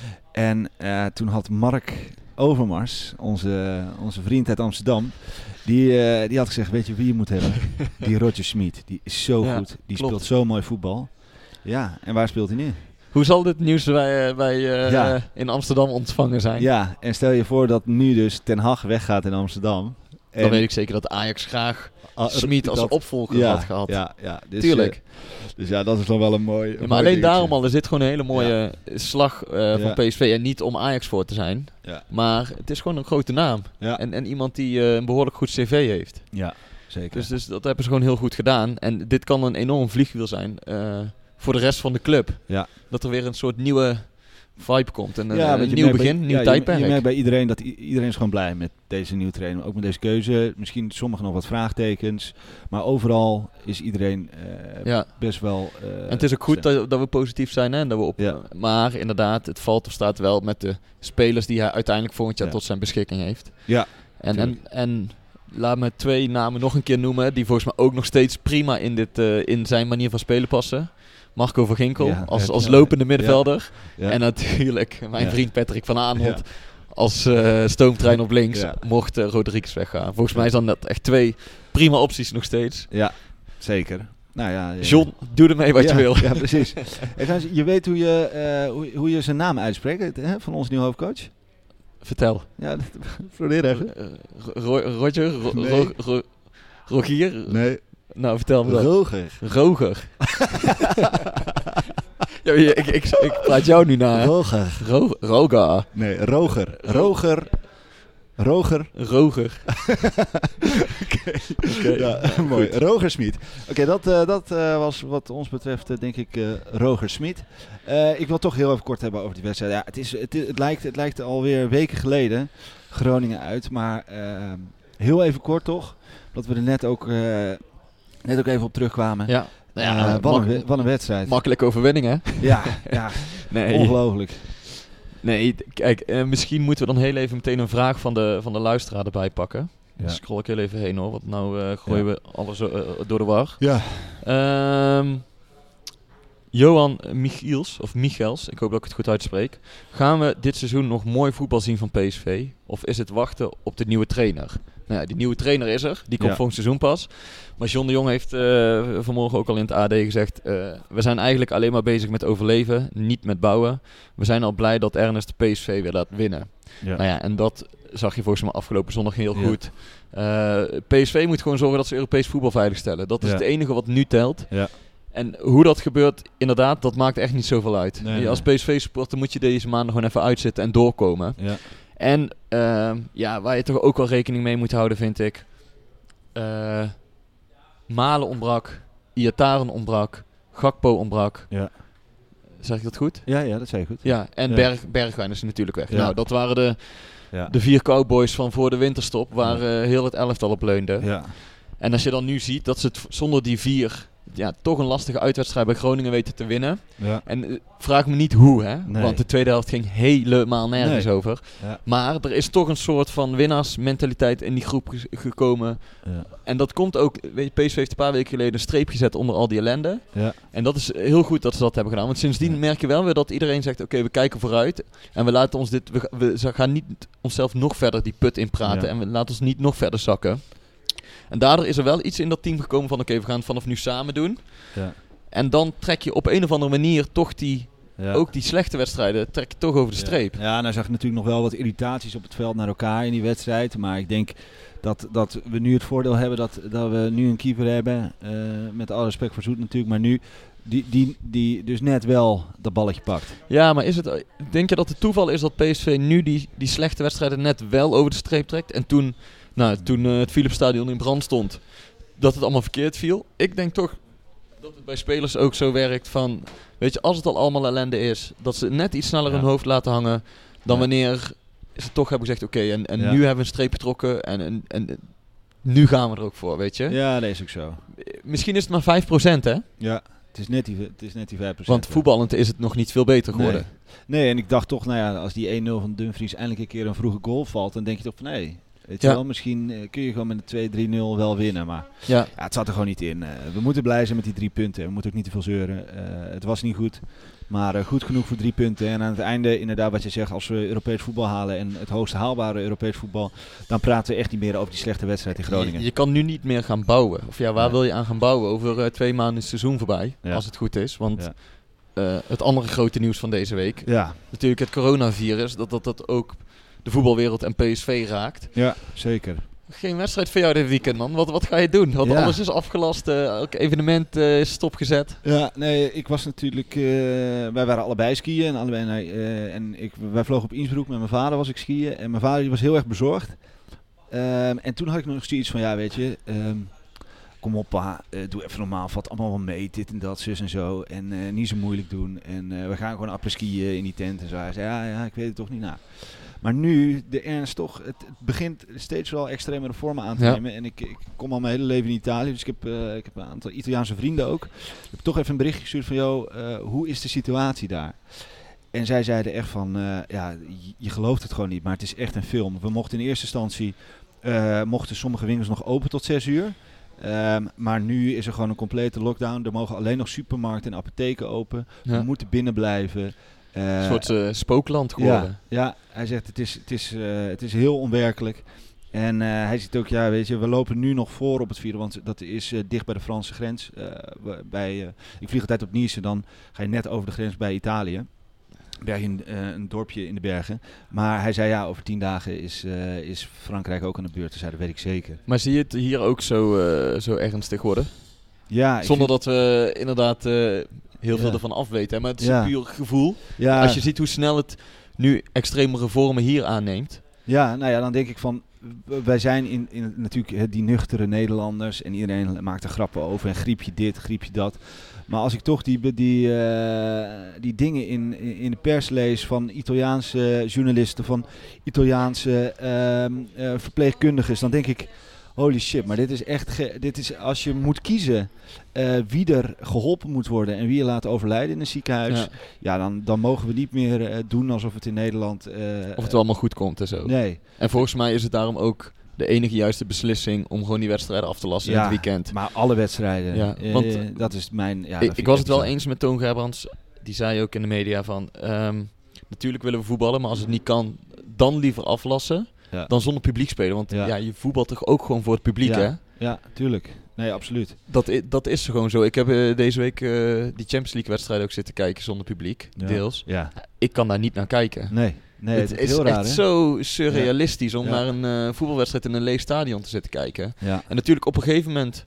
En uh, toen had Mark Overmars, onze, onze vriend uit Amsterdam... Die, uh, die had gezegd, weet je wie je moet hebben? Die Roger Smit. Die is zo ja, goed. Die klopt. Speelt zo mooi voetbal. Ja, en waar speelt hij nu? Hoe zal dit nieuws bij, bij uh, ja. in Amsterdam ontvangen zijn? Ja, en stel je voor dat nu dus Ten Hag weggaat in Amsterdam. En dan weet ik zeker dat Ajax graag uh, Smit als dat, opvolger ja, had gehad. Ja, ja. Dus, tuurlijk. Uh, dus ja, dat is dan wel een mooi... Een ja, maar mooi alleen dingetje. daarom al, er zit gewoon een hele mooie ja. slag uh, van ja. P S V. En niet om Ajax voor te zijn. Ja. Maar het is gewoon een grote naam. Ja. En, en iemand die uh, een behoorlijk goed cv heeft. Ja, zeker. Dus, dus dat hebben ze gewoon heel goed gedaan. En dit kan een enorm vliegwiel zijn uh, voor de rest van de club. Ja. Dat er weer een soort nieuwe vibe komt. En ja, een, een nieuw begin, een nieuw ja, tijdperk. Je, je merkt bij iedereen dat i- iedereen is gewoon blij met deze nieuwe trainer. Ook met deze keuze. Misschien sommigen nog wat vraagtekens. Maar overal is iedereen uh, ja. best wel... Uh, en het is ook goed dat, dat we positief zijn. Hè? Dat we op, ja. Maar inderdaad, het valt of staat wel met de spelers die hij uiteindelijk volgend jaar ja. tot zijn beschikking heeft. Ja, en, en, en laat me twee namen nog een keer noemen. Die volgens mij ook nog steeds prima in, dit, uh, in zijn manier van spelen passen. Marco van Ginkel ja, als, als lopende middenvelder. Ja, ja. En natuurlijk mijn ja. vriend Patrick van Aanholt ja. als uh, stoomtrein op links. Ja. Mocht uh, Rodriguez weggaan. Volgens ja. mij zijn dat echt twee prima opties nog steeds. Ja, zeker. Nou ja, John, doe ermee wat ja, je wil. Ja, precies. En dan, je weet hoe je, uh, hoe, hoe je zijn naam uitspreekt, hè, van ons nieuwe hoofdcoach? Vertel. Ja, probeer even. Uh, Ro- Roger? Ro- Nee. Ro- Ro- Rogier? Nee. Nou, vertel me dat. Roger. Roger. ja, ik, ik, ik, ik praat jou nu na. Hè? Roger. Ro- Roga. Nee, Roger. Roger. Roger. Roger. Oké. Okay. Ja, mooi. Roger Smit. Oké, okay, dat, uh, dat uh, was wat ons betreft uh, denk ik uh, Roger Smit. Uh, ik wil toch heel even kort hebben over die wedstrijd. Ja, het, is, het, het, lijkt, het lijkt alweer weken geleden Groningen uit. Maar uh, heel even kort toch. Dat we er net ook, uh, net ook even op terugkwamen. Ja. Nou ja, uh, wat, mak- een, wat een wedstrijd. Makkelijke overwinning, hè? Ja, ja. Nee. Ongelooflijk. Nee, kijk, uh, misschien moeten we dan heel even meteen een vraag van de, van de luisteraar erbij pakken. Ja. Dan scroll ik heel even heen hoor, want nou uh, gooien ja. we alles uh, door de war. Ja. Um, Johan Michiels, of Michels, ik hoop dat ik het goed uitspreek. Gaan we dit seizoen nog mooi voetbal zien van P S V? Of is het wachten op de nieuwe trainer? Nou ja, die nieuwe trainer is er. Die komt ja. volgend seizoen pas. Maar John de Jong heeft uh, vanmorgen ook al in het A D gezegd... Uh, we zijn eigenlijk alleen maar bezig met overleven, niet met bouwen. We zijn al blij dat Ernest de P S V weer laat winnen. Ja. Nou ja, en dat zag je volgens mij afgelopen zondag heel ja. goed. Uh, P S V moet gewoon zorgen dat ze Europees voetbal veiligstellen. Dat is ja. het enige wat nu telt. Ja. En hoe dat gebeurt, inderdaad, dat maakt echt niet zoveel uit. Nee, nee. Als P S V-supporter moet je deze maanden gewoon even uitzitten en doorkomen. Ja. En uh, ja, waar je toch ook wel rekening mee moet houden, vind ik. Uh, Malen ontbrak, Iataren ontbrak, Gakpo ontbrak. Ja. Zeg ik dat goed? Ja, ja, dat zei je goed. Ja, en ja. Berg, Bergwijn is natuurlijk weg. Ja. Nou, dat waren de, ja. de vier cowboys van voor de winterstop, waar uh, heel het elftal op leunde. Ja. En als je dan nu ziet dat ze het zonder die vier... ja, toch een lastige uitwedstrijd bij Groningen weten te winnen. Ja. En uh, vraag me niet hoe, hè? Nee. Want de tweede helft ging helemaal nergens nee. over. Ja. Maar er is toch een soort van winnaarsmentaliteit in die groep g- gekomen. Ja. En dat komt ook... Weet je, P S V heeft een paar weken geleden een streep gezet onder al die ellende. Ja. En dat is heel goed dat ze dat hebben gedaan. Want sindsdien ja. merk je wel weer dat iedereen zegt... Oké, okay, we kijken vooruit. En we laten ons dit... We, we gaan niet onszelf nog verder die put in praten. Ja. En we laten ons niet nog verder zakken. En daardoor is er wel iets in dat team gekomen van... oké, okay, we gaan het vanaf nu samen doen. Ja. En dan trek je op een of andere manier toch die... Ja. ook die slechte wedstrijden trek je toch over de streep. Ja, ja, nou zag ik natuurlijk nog wel wat irritaties op het veld naar elkaar in die wedstrijd. Maar ik denk dat, dat we nu het voordeel hebben dat, dat we nu een keeper hebben. Uh, met alle respect voor Zoet natuurlijk, maar nu... Die, die, die dus net wel dat balletje pakt. Ja, maar is het, denk je dat het toeval is dat P S V nu die, die slechte wedstrijden net wel over de streep trekt? En toen... Nou, toen uh, het Philipsstadion in brand stond, dat het allemaal verkeerd viel. Ik denk toch dat het bij spelers ook zo werkt van... Weet je, als het al allemaal ellende is, dat ze net iets sneller ja. hun hoofd laten hangen... dan ja. wanneer ze toch hebben gezegd, oké, okay, en, en ja. nu hebben we een streep getrokken en, en, en nu gaan we er ook voor, weet je? Ja, dat is ook zo. Misschien is het maar vijf procent, hè? Ja, het is net die, het is net die vijf procent. Want voetballend is het nog niet veel beter geworden. Nee. nee, en ik dacht toch, nou ja, als die één nul van Dumfries eindelijk een keer een vroege goal valt... dan denk je toch van, nee... Hey, weet je ja. wel, misschien uh, kun je gewoon met een twee drie nul wel winnen, maar ja. Ja, het zat er gewoon niet in. Uh, we moeten blij zijn met die drie punten. We moeten ook niet te veel zeuren. Uh, het was niet goed, maar uh, goed genoeg voor drie punten. En aan het einde, inderdaad wat je zegt, als we Europees voetbal halen en het hoogst haalbare Europees voetbal, dan praten we echt niet meer over die slechte wedstrijd in Groningen. Je, je kan nu niet meer gaan bouwen. Of ja, waar ja. wil je aan gaan bouwen? Over uh, twee maanden is het seizoen voorbij, ja. als het goed is. Want ja. uh, het andere grote nieuws van deze week, ja. natuurlijk het coronavirus, dat dat, dat ook... de voetbalwereld en P S V raakt. Ja, zeker. Geen wedstrijd voor jou dit weekend, man. Wat, wat ga je doen? Want ja. alles is afgelast, uh, elk evenement uh, is stopgezet. Ja, nee, ik was natuurlijk... Uh, wij waren allebei skiën en, allebei, nee, uh, en ik, wij vlogen op Innsbruck. Met mijn vader was ik skiën en mijn vader die was heel erg bezorgd. Um, en toen had ik nog zoiets van, ja, weet je... Um, kom op pa, uh, doe even normaal, valt allemaal wel mee, dit en dat, zus en zo. En uh, niet zo moeilijk doen. En uh, we gaan gewoon apres-skiën in die tent en zo. Hij zei, ja, ja, ik weet het toch niet na. Maar nu, de ernst toch, het, het begint steeds wel extremere vormen aan te ja. nemen. En ik, ik kom al mijn hele leven in Italië, dus ik heb, uh, ik heb een aantal Italiaanse vrienden ook. Ik heb toch even een berichtje gestuurd van, joh, uh, hoe is de situatie daar? En zij zeiden echt van, uh, ja, je, je gelooft het gewoon niet, maar het is echt een film. We mochten in eerste instantie, uh, mochten sommige winkels nog open tot zes uur. Um, maar nu is er gewoon een complete lockdown. Er mogen alleen nog supermarkten en apotheken open. Ja. We moeten binnen blijven. Uh, een soort uh, spookland geworden. Ja, ja, hij zegt het is, het, is, uh, het is heel onwerkelijk. En uh, hij ziet ook, ja, weet je, we lopen nu nog voor op het vierde, want dat is uh, dicht bij de Franse grens. Uh, bij, uh, ik vlieg altijd op Nice, dan ga je net over de grens bij Italië. Berg in, uh, een dorpje in de bergen. Maar hij zei, ja, over tien dagen is, uh, is Frankrijk ook aan de beurt. Dus ja, dat weet ik zeker. Maar zie je het hier ook zo, uh, zo ernstig worden? Ja. Zonder vind... dat we inderdaad uh, heel veel ja. ervan afweten. Hè? Maar het is ja. een puur gevoel. Ja. Als je ziet hoe snel het nu extremere vormen hier aanneemt. Ja, nou ja, dan denk ik van... Wij zijn in, in natuurlijk die nuchtere Nederlanders en iedereen maakt er grappen over en griep je dit, griep je dat. Maar als ik toch die, die, uh, die dingen in, in de pers lees van Italiaanse journalisten, van Italiaanse uh, uh, verpleegkundigen, dan denk ik, holy shit, maar dit is echt, ge- dit is als je moet kiezen uh, wie er geholpen moet worden en wie je laat overlijden in een ziekenhuis, ja, ja dan, dan mogen we niet meer uh, doen alsof het in Nederland... Uh, of het allemaal goed komt en zo. Nee. En volgens mij is het daarom ook de enige juiste beslissing om gewoon die wedstrijden af te lassen ja, in het weekend. Maar alle wedstrijden, ja, uh, want, dat is mijn... Ja, ik ik was het wel eens met Toon Gerbrands, die zei ook in de media van, um, natuurlijk willen we voetballen, maar als het niet kan, dan liever aflassen. Ja. Dan zonder publiek spelen. Want ja. ja, je voetbalt toch ook gewoon voor het publiek, ja. hè? Ja, tuurlijk. Nee, absoluut. Dat, i- dat is gewoon zo. Ik heb uh, deze week uh, die Champions League wedstrijd ook zitten kijken zonder publiek, ja. deels. Ja. Ik kan daar niet naar kijken. Nee, nee het, het is heel echt raar, hè? zo surrealistisch ja. om ja. naar een uh, voetbalwedstrijd in een leeg stadion te zitten kijken. Ja. En natuurlijk op een gegeven moment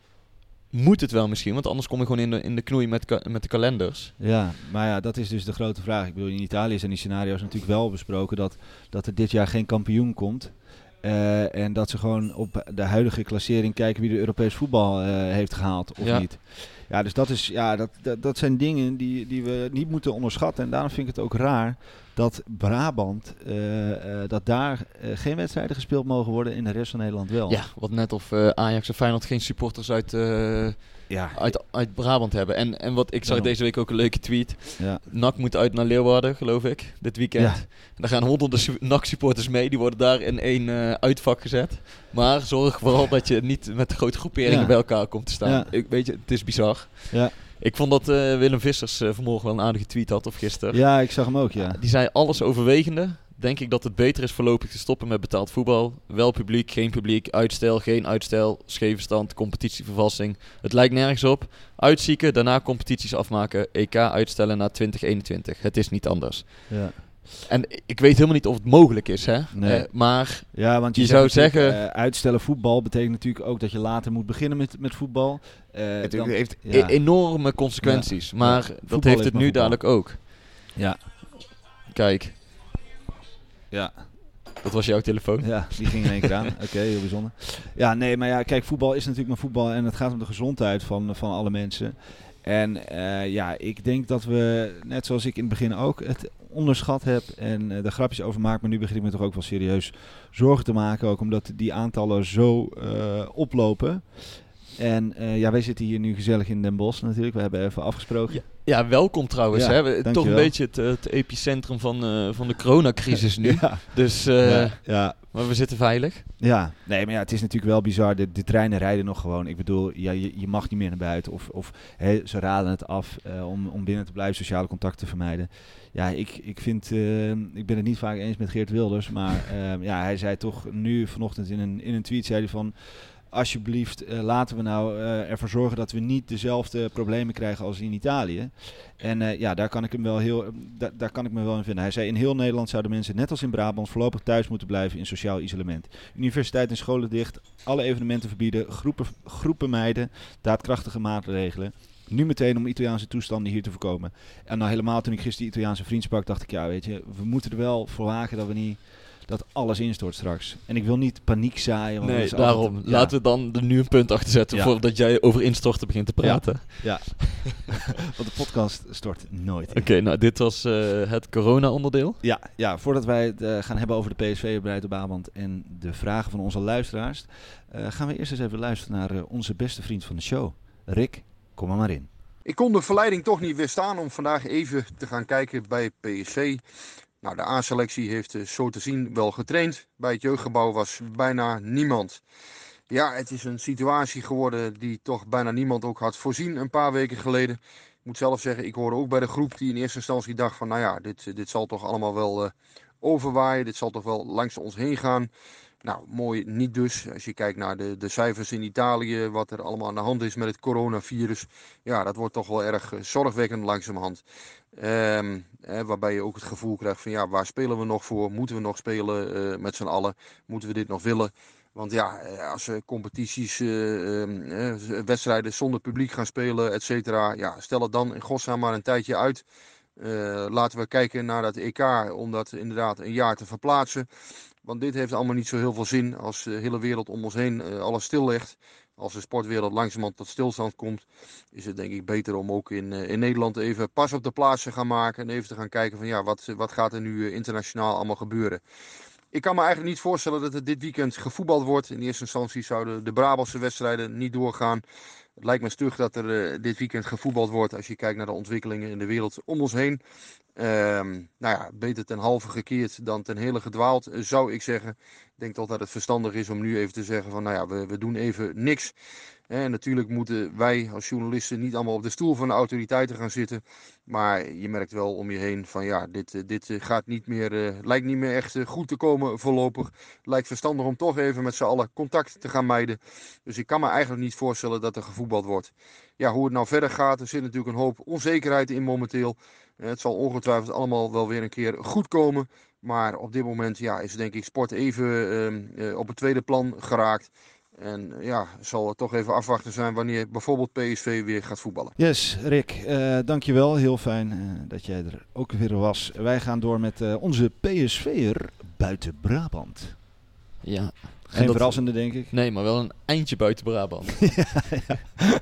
moet het wel misschien, want anders kom je gewoon in de, in de knoei met, ka- met de kalenders. Ja, maar ja, dat is dus de grote vraag. Ik bedoel, in Italië zijn die scenario's natuurlijk wel besproken dat, dat er dit jaar geen kampioen komt. Uh, en dat ze gewoon op de huidige klassering kijken wie de Europees voetbal uh, heeft gehaald of ja. niet. Ja, dus dat, is, ja, dat, dat, dat zijn dingen die, die we niet moeten onderschatten. En daarom vind ik het ook raar dat Brabant, uh, uh, dat daar uh, geen wedstrijden gespeeld mogen worden en de rest van Nederland wel. Ja, wat net of uh, Ajax en Feyenoord geen supporters uit, uh, ja. uit, uit Brabant hebben. En, en wat ik zag ja. deze week ook een leuke tweet. Ja. N A C moet uit naar Leeuwarden, geloof ik, dit weekend. Ja. En daar gaan honderden su- N A C-supporters mee. Die worden daar in één uh, uitvak gezet. Maar zorg vooral dat je niet met de grote groeperingen ja. bij elkaar komt te staan. Ja. Ik, weet je, het is bizar. Ja. Ik vond dat uh, Willem Vissers uh, vanmorgen wel een aardige tweet had, of gisteren. Ja, ik zag hem ook, ja. Die zei alles overwegende. Denk ik dat het beter is voorlopig te stoppen met betaald voetbal. Wel publiek, geen publiek, uitstel, geen uitstel, scheve stand, competitievervalsing. Het lijkt nergens op. Uitzieken, daarna competities afmaken, E K uitstellen naar twintig eenentwintig. Het is niet anders. Ja. En ik weet helemaal niet of het mogelijk is, hè? Nee. Uh, maar ja, want je, je zou zeggen... Uh, uitstellen voetbal betekent natuurlijk ook dat je later moet beginnen met, met voetbal. Uh, het dan, heeft ja. e- enorme consequenties, ja. maar ja. dat heeft het nu voetbal. dadelijk ook. Ja. Kijk. Ja. Dat was jouw telefoon? Ja, die ging in één keer aan. Oké, okay, heel bijzonder. Ja, nee, maar ja, kijk, voetbal is natuurlijk maar voetbal en het gaat om de gezondheid van, van alle mensen. En uh, ja, ik denk dat we, net zoals ik in het begin ook, het onderschat heb en uh, de grapjes over maak, maar nu begin ik me toch ook wel serieus zorgen te maken, ook omdat die aantallen zo uh, oplopen. En uh, ja, wij zitten hier nu gezellig in Den Bosch natuurlijk. We hebben even afgesproken. Ja, ja welkom trouwens. Ja, hè? We, toch een beetje het, het epicentrum van, uh, van de coronacrisis nu. Ja. Dus, uh, ja, ja. Maar we zitten veilig. Ja, nee, maar ja, het is natuurlijk wel bizar. De, de treinen rijden nog gewoon. Ik bedoel, ja, je, je mag niet meer naar buiten. Of, of hè, ze raden het af uh, om, om binnen te blijven, sociale contacten te vermijden. Ja, ik, ik vind, uh, ik ben het niet vaak eens met Geert Wilders. Maar uh, ja, hij zei toch nu vanochtend in een, in een tweet, zei hij van... Alsjeblieft, uh, laten we nou uh, ervoor zorgen dat we niet dezelfde problemen krijgen als in Italië. En uh, ja, daar kan ik hem wel heel, da- daar kan ik me wel in vinden. Hij zei, in heel Nederland zouden mensen, net als in Brabant, voorlopig thuis moeten blijven in sociaal isolement. Universiteit en scholen dicht, alle evenementen verbieden, groepen, groepen mijden, daadkrachtige maatregelen. Nu meteen om Italiaanse toestanden hier te voorkomen. En nou helemaal toen ik gisteren die Italiaanse vriend sprak, dacht ik, ja weet je, we moeten er wel voor wagen dat we niet... dat alles instort straks. En ik wil niet paniek zaaien. Want nee, daarom. Altijd, ja. Laten we dan er nu een punt achter zetten... Ja. voordat jij over instorten begint te praten. Ja, ja. Want de podcast stort nooit. Oké, okay, nou dit was uh, het corona-onderdeel. Ja, ja, voordat wij het uh, gaan hebben over de P S V op Brabant en de vragen van onze luisteraars... Uh, gaan we eerst eens even luisteren naar uh, onze beste vriend van de show. Rick, kom er maar in. Ik kon de verleiding toch niet weerstaan om vandaag even te gaan kijken bij P S V... Nou, de A-selectie heeft uh, zo te zien wel getraind. Bij het jeugdgebouw was bijna niemand. Ja, het is een situatie geworden die toch bijna niemand ook had voorzien een paar weken geleden. Ik moet zelf zeggen, ik hoorde ook bij de groep die in eerste instantie dacht van... nou ja, dit, dit zal toch allemaal wel uh, overwaaien. Dit zal toch wel langs ons heen gaan. Nou, mooi niet dus. Als je kijkt naar de, de cijfers in Italië, wat er allemaal aan de hand is met het coronavirus. Ja, dat wordt toch wel erg uh, zorgwekkend langzamerhand. Um, eh, waarbij je ook het gevoel krijgt van ja, waar spelen we nog voor? Moeten we nog spelen uh, met z'n allen? Moeten we dit nog willen? Want ja, als we competities, uh, uh, wedstrijden zonder publiek gaan spelen, et cetera. Ja, stel het dan in godsnaam maar een tijdje uit. Uh, laten we kijken naar dat E K om dat inderdaad een jaar te verplaatsen. Want dit heeft allemaal niet zo heel veel zin als de hele wereld om ons heen uh, alles stil ligt. Als de sportwereld langzamerhand tot stilstand komt, is het denk ik beter om ook in, uh, in Nederland even pas op de plaats te gaan maken. En even te gaan kijken van ja, wat, wat gaat er nu uh, internationaal allemaal gebeuren. Ik kan me eigenlijk niet voorstellen dat er dit weekend gevoetbald wordt. In eerste instantie zouden de Brabantse wedstrijden niet doorgaan. Het lijkt me stug dat er uh, dit weekend gevoetbald wordt als je kijkt naar de ontwikkelingen in de wereld om ons heen. Um, nou ja, beter ten halve gekeerd dan ten hele gedwaald, zou ik zeggen. Ik denk toch dat het verstandig is om nu even te zeggen van nou ja, we, we doen even niks. En natuurlijk moeten wij als journalisten niet allemaal op de stoel van de autoriteiten gaan zitten. Maar je merkt wel om je heen van ja, dit, dit gaat niet meer, uh, lijkt niet meer echt goed te komen voorlopig. Het lijkt verstandig om toch even met z'n allen contact te gaan mijden. Dus ik kan me eigenlijk niet voorstellen dat er gevoetbald wordt. Ja, hoe het nou verder gaat, er zit natuurlijk een hoop onzekerheid in momenteel. Het zal ongetwijfeld allemaal wel weer een keer goed komen. Maar op dit moment ja, is denk ik sport even uh, uh, op het tweede plan geraakt. En ja, zal het toch even afwachten zijn wanneer bijvoorbeeld P S V weer gaat voetballen. Yes, Rick, uh, dankjewel. Heel fijn uh, dat jij er ook weer was. Wij gaan door met uh, onze P S V'er buiten Brabant. Ja. Geen dat, verrassende, denk ik. Nee, maar wel een eindje buiten Brabant. ja, ja.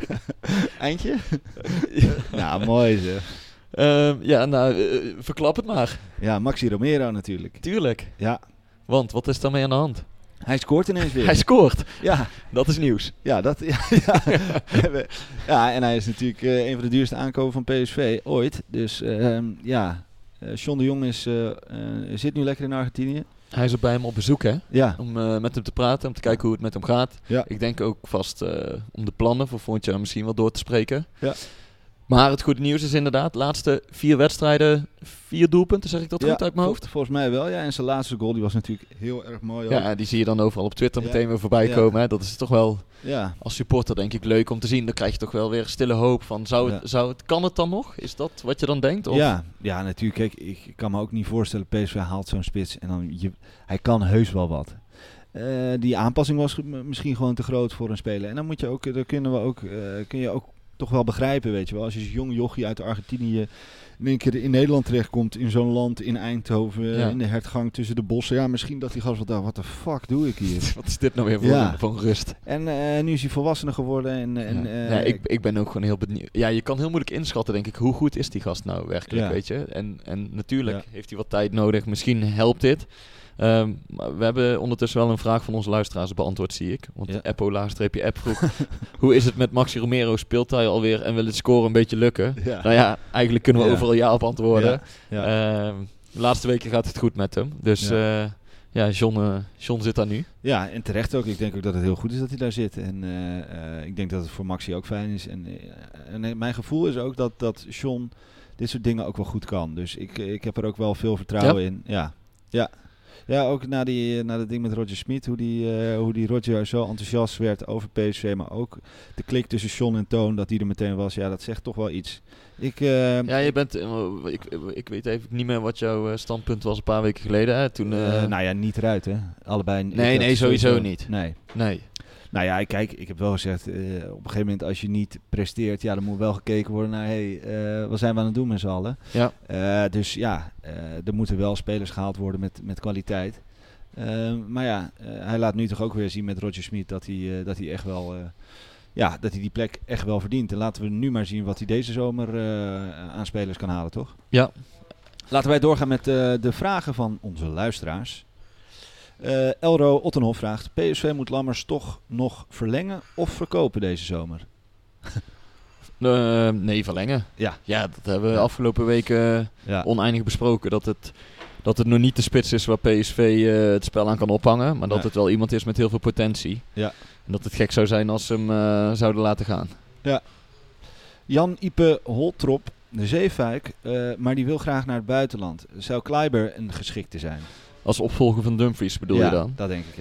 Eindje? ja. Nou, mooi zeg. Uh, ja, nou, uh, verklap het maar. Ja, Maxi Romero natuurlijk. Tuurlijk. Ja. Want, wat is daarmee aan de hand? Hij scoort ineens weer. Hij scoort. Ja. Dat is nieuws. Ja, dat, ja, ja. ja, en hij is natuurlijk uh, een van de duurste aankopen van P S V ooit. Dus uh, ja, uh, John de Jong is, uh, uh, zit nu lekker in Argentinië. Hij is er bij hem op bezoek, hè? Ja. Om uh, met hem te praten, om te kijken hoe het met hem gaat. Ja. Ik denk ook vast uh, om de plannen voor volgend jaar misschien wel door te spreken. Ja. Maar het goede nieuws is inderdaad, laatste vier wedstrijden, vier doelpunten, zeg ik dat ja, goed uit mijn hoofd? Vol, volgens mij wel, ja. En zijn laatste goal die was natuurlijk heel erg mooi. Ook. Ja, die zie je dan overal op Twitter ja. meteen weer voorbij ja. komen. Hè? Dat is toch wel, ja. als supporter denk ik, leuk om te zien. Dan krijg je toch wel weer stille hoop van, zou het, ja. zou het, kan het dan nog? Is dat wat je dan denkt? Of? Ja, ja, natuurlijk. Kijk, ik kan me ook niet voorstellen, P S V haalt zo'n spits en dan, je, hij kan heus wel wat. Uh, die aanpassing was misschien gewoon te groot voor een speler. En dan moet je ook, dan kunnen we ook, uh, kun je ook toch wel begrijpen, weet je wel. Als je als jong jochie uit Argentinië in één keer in Nederland terechtkomt, in zo'n land, in Eindhoven, ja. in de hertgang tussen de bossen. Ja, misschien dat die gast wel dacht, wat de fuck doe ik hier? Wat is dit nou weer voor, ja. voor rust? En uh, nu is hij volwassener geworden. En, en, ja. uh, ja, ik, ik ben ook gewoon heel benieuwd. Ja, je kan heel moeilijk inschatten, denk ik, hoe goed is die gast nou werkelijk, ja. weet je? En, en natuurlijk ja. heeft hij wat tijd nodig. Misschien helpt dit. Um, maar we hebben ondertussen wel een vraag van onze luisteraars beantwoord, zie ik. Want ja. Eppo-app vroeg, hoe is het met Maxi Romero? Speelt hij alweer en wil het scoren een beetje lukken? Ja. Nou ja, eigenlijk kunnen we ja. overal ja op antwoorden. Ja. Ja. Uh, de laatste weken gaat het goed met hem. Dus ja, uh, ja John, uh, John zit daar nu. Ja, en terecht ook. Ik denk ook dat het heel goed is dat hij daar zit. En uh, uh, ik denk dat het voor Maxi ook fijn is. En, uh, en mijn gevoel is ook dat, dat John dit soort dingen ook wel goed kan. Dus ik, ik heb er ook wel veel vertrouwen ja. in. Ja, ja. Ja, ook na, die, na dat ding met Roger Smit, hoe die, uh, hoe die Roger zo enthousiast werd over P S V, maar ook de klik tussen John en Toon, dat die er meteen was, ja, dat zegt toch wel iets. Ik, uh, ja, je bent, uh, ik, ik weet even niet meer wat jouw standpunt was een paar weken geleden. Hè? Toen, uh, uh, nou ja, niet eruit, hè. Allebei. Nee, nee, sowieso, sowieso niet. Nee. Nee. Nou ja, kijk, ik heb wel gezegd, uh, op een gegeven moment als je niet presteert, ja, dan moet wel gekeken worden naar, hé, hey, uh, wat zijn we aan het doen met z'n allen? Ja. Uh, dus ja, uh, er moeten wel spelers gehaald worden met, met kwaliteit. Uh, maar ja, uh, hij laat nu toch ook weer zien met Roger Smit dat hij, uh, dat hij echt wel, uh, ja, dat hij die plek echt wel verdient. En laten we nu maar zien wat hij deze zomer uh, aan spelers kan halen, toch? Ja. Laten wij doorgaan met uh, de vragen van onze luisteraars. Uh, Elro Ottenhoff vraagt, P S V moet Lammers toch nog verlengen of verkopen deze zomer? uh, nee, verlengen. Ja. Ja, dat hebben we ja. afgelopen weken ja. oneindig besproken. Dat het, dat het nog niet de spits is waar P S V uh, het spel aan kan ophangen. Maar dat nee. het wel iemand is met heel veel potentie. Ja. En dat het gek zou zijn als ze hem uh, zouden laten gaan. Ja. Jan Ipe Holtrop, de Zeefuik, uh, maar die wil graag naar het buitenland. Zou Kleiber een geschikte zijn? Als opvolger van Dumfries bedoel ja, je dan? dat denk ik, ja.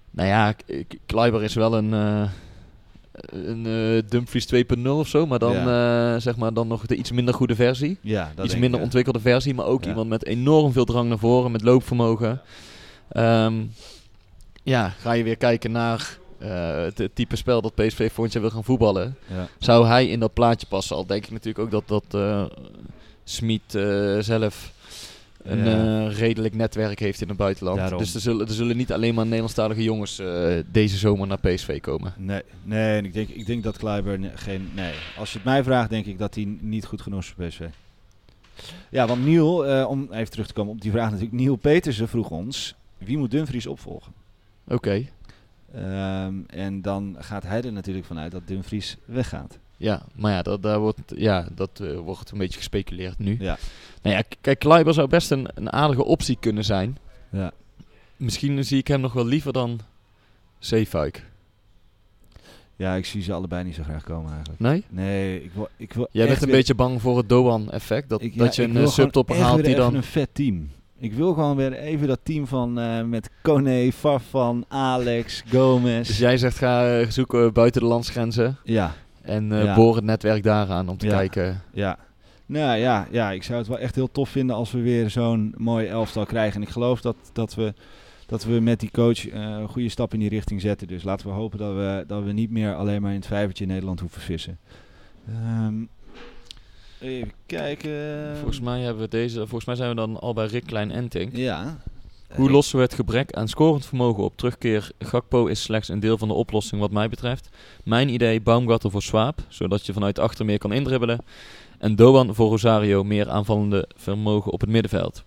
Nou ja, Kleiber is wel een, uh, een uh, Dumfries twee punt nul of zo, maar dan, ja. uh, zeg maar dan nog de iets minder goede versie. Ja, dat iets denk minder ik, ontwikkelde versie, maar ook ja. iemand met enorm veel drang naar voren, met loopvermogen. Um, ja, ga je weer kijken naar uh, het, het type spel dat P S V volgend jaar wil gaan voetballen. Ja. Zou hij in dat plaatje passen? Al denk ik natuurlijk ook dat, dat uh, Smit uh, zelf een ja. uh, redelijk netwerk heeft in het buitenland. Daarom. Dus er zullen, er zullen niet alleen maar Nederlandstalige jongens uh, deze zomer naar P S V komen. Nee, nee en ik, denk, ik denk dat Kleiber ne- geen... Nee, als je het mij vraagt, denk ik dat hij niet goed genoeg is voor P S V. Ja, want Niel, uh, om even terug te komen op die vraag natuurlijk. Niel Petersen vroeg ons, wie moet Dumfries opvolgen? Oké. Okay. Um, en dan gaat hij er natuurlijk vanuit dat Dumfries weggaat. Ja, maar ja, dat, daar wordt, ja, dat uh, wordt een beetje gespeculeerd nu. Ja. Nou ja, k- kijk, Kleiber zou best een, een aardige optie kunnen zijn. Ja. Misschien zie ik hem nog wel liever dan Zeefuik. Ja, ik zie ze allebei niet zo graag komen eigenlijk. Nee? Nee, ik wil, ik wil Jij bent een weer... beetje bang voor het Doan-effect? Dat, ik, dat ja, je ik een subtopper haalt die dan... een vet team. Ik wil gewoon weer even dat team van uh, met Kone, Farfan, Alex, Gomez. Dus jij zegt ga uh, zoeken buiten de landsgrenzen. Ja. En uh, ja. boor het netwerk daaraan om te ja. kijken. Ja. Nou ja, ja, ik zou het wel echt heel tof vinden als we weer zo'n mooi elftal krijgen. En ik geloof dat, dat, we, dat we met die coach uh, een goede stap in die richting zetten. Dus laten we hopen dat we, dat we niet meer alleen maar in het vijvertje in Nederland hoeven vissen. Um, even kijken. Volgens mij, hebben we deze, volgens mij zijn we dan al bij Rick Klein-Enting. Ja. Hoe lossen we het gebrek aan scorend vermogen op? Terugkeer Gakpo is slechts een deel van de oplossing wat mij betreft. Mijn idee, Baumgartel voor Swaap, zodat je vanuit achter meer kan indribbelen. En Doan voor Rosario, meer aanvallende vermogen op het middenveld.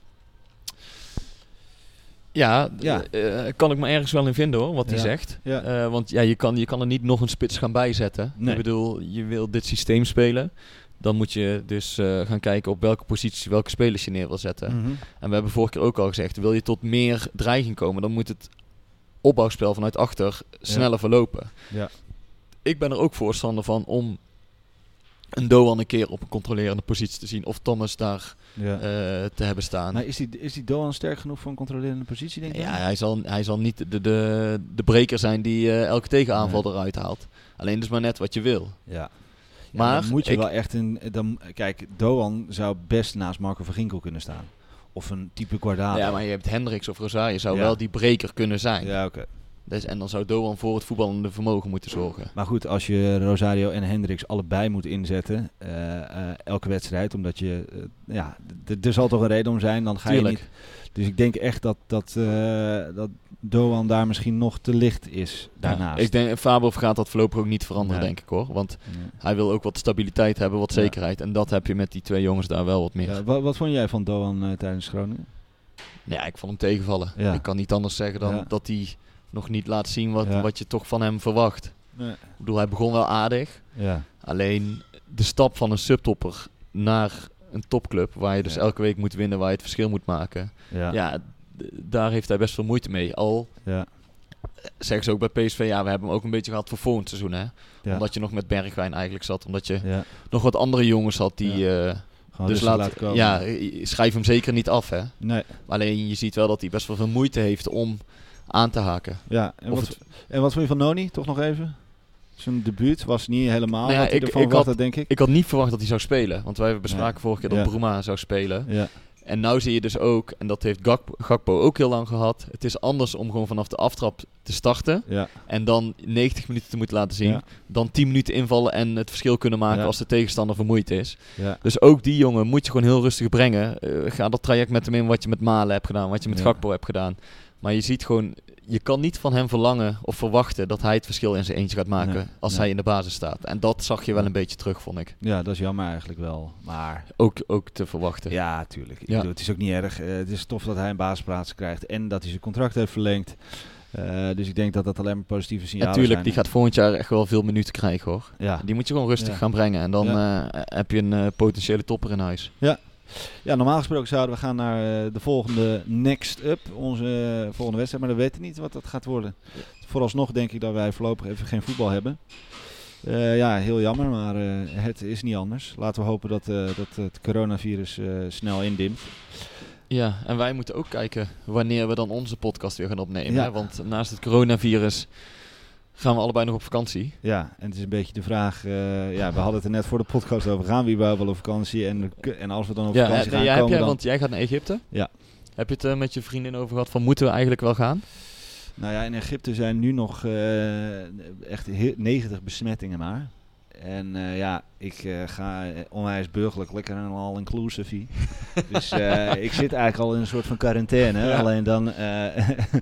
Ja, ja. D- uh, kan ik me ergens wel in vinden hoor, wat hij ja. zegt. Ja. Uh, want ja, je kan, je kan er niet nog een spits gaan bijzetten. Nee. Ik bedoel, je wil dit systeem spelen. Dan moet je dus uh, gaan kijken op welke positie, welke spelers je neer wil zetten. Mm-hmm. En we hebben vorige keer ook al gezegd, wil je tot meer dreiging komen, dan moet het opbouwspel vanuit achter sneller ja. verlopen. Ja. Ik ben er ook voorstander van om een Doan een keer op een controlerende positie te zien. Of Thomas daar ja. uh, te hebben staan. Maar is die, is die Doan sterk genoeg voor een controlerende positie, denk je? Ja, hij zal, hij zal niet de, de, de breker zijn die uh, elke tegenaanval nee. eruit haalt. Alleen dus maar net wat je wil. Ja. Ja, maar dan moet je ik, wel echt een... Dan, kijk, Doan zou best naast Marco van Ginkel kunnen staan. Of een type Guardado. Ja, maar je hebt Hendricks of Rosario zou ja. wel die breker kunnen zijn. Ja, oké. Okay. Dus, en dan zou Doan voor het voetballende vermogen moeten zorgen. Maar goed, als je Rosario en Hendricks allebei moet inzetten, uh, uh, elke wedstrijd, omdat je, uh, ja, d- er zal toch een reden om zijn, dan ga Tuurlijk. je niet. Dus ik denk echt dat, dat, uh, dat Doan daar misschien nog te licht is daarnaast. Ja, ik denk, Fabel gaat dat voorlopig ook niet veranderen, nee. denk ik hoor. Want nee. hij wil ook wat stabiliteit hebben, wat zekerheid. Ja. En dat heb je met die twee jongens daar wel wat meer. Ja, wat, wat vond jij van Doan uh, tijdens Groningen? Ja, ik vond hem tegenvallen. Ja. Ik kan niet anders zeggen dan ja. dat hij nog niet laat zien wat, ja. wat je toch van hem verwacht. Nee. Ik bedoel, hij begon wel aardig. Ja. Alleen de stap van een subtopper naar een topclub, waar je dus ja. elke week moet winnen, waar je het verschil moet maken. Ja, ja d- daar heeft hij best veel moeite mee. Al ja. zeggen ze ook bij P S V, ja, we hebben hem ook een beetje gehad voor volgend seizoen. Hè? Ja. Omdat je nog met Bergwijn eigenlijk zat. Omdat je ja. nog wat andere jongens had die... Ja. Uh, Gewoon dus laat, laat komen. Ja, schrijf hem zeker niet af. Hè? Nee. Alleen je ziet wel dat hij best wel veel moeite heeft om aan te haken. Ja, en, wat, het... en wat vond je van Noni? Toch nog even? Zijn debuut was niet helemaal nou ja, wat hij ik, ervan ik had, had, denk ik. Ik had niet verwacht dat hij zou spelen. Want wij bespraken nee. vorige keer dat ja. Bruma zou spelen. Ja. En nou zie je dus ook, en dat heeft Gakpo, Gakpo ook heel lang gehad. Het is anders om gewoon vanaf de aftrap te starten. Ja. En dan negentig minuten te moeten laten zien. Ja. Dan tien minuten invallen en het verschil kunnen maken ja. als de tegenstander vermoeid is. Ja. Dus ook die jongen moet je gewoon heel rustig brengen. Uh, ga dat traject met hem in wat je met Malen hebt gedaan. Wat je met ja. Gakpo hebt gedaan. Maar je ziet gewoon, je kan niet van hem verlangen of verwachten dat hij het verschil in zijn eentje gaat maken nee, als nee. hij in de basis staat. En dat zag je wel een beetje terug, vond ik. Ja, dat is jammer eigenlijk wel. Maar ook, ook te verwachten. Ja, tuurlijk. Ik ja. bedoel, het is ook niet erg. Uh, het is tof dat hij een basisplaats krijgt en dat hij zijn contract heeft verlengd. Uh, dus ik denk dat dat alleen maar positieve signalen zijn. Natuurlijk, zijn. die gaat volgend jaar echt wel veel minuten krijgen hoor. Ja. Die moet je gewoon rustig ja. gaan brengen. En dan ja. uh, heb je een uh, potentiële topper in huis. Ja. Ja, normaal gesproken zouden we gaan naar uh, de volgende Next Up, onze uh, volgende wedstrijd, maar we weten niet wat dat gaat worden. Ja. Vooralsnog denk ik dat wij voorlopig even geen voetbal hebben. Uh, ja, heel jammer, maar uh, het is niet anders. Laten we hopen dat, uh, dat het coronavirus uh, snel indimpt. Ja, en wij moeten ook kijken wanneer we dan onze podcast weer gaan opnemen. Ja. Hè? Want naast het coronavirus gaan we allebei nog op vakantie. Ja, en het is een beetje de vraag... Uh, ja, we hadden het er net voor de podcast over. Gaan we überhaupt wel op vakantie? En, en als we dan op ja, vakantie nee, gaan jij, komen heb jij, dan... Want jij gaat naar Egypte. Ja. Heb je het uh, met je vriendin over gehad van moeten we eigenlijk wel gaan? Nou ja, in Egypte zijn nu nog uh, echt he- negentig besmettingen maar. En uh, ja, ik uh, ga onwijs burgerlijk lekker een all-inclusive. Dus uh, ik zit eigenlijk al in een soort van quarantaine. Ja. Alleen dan uh,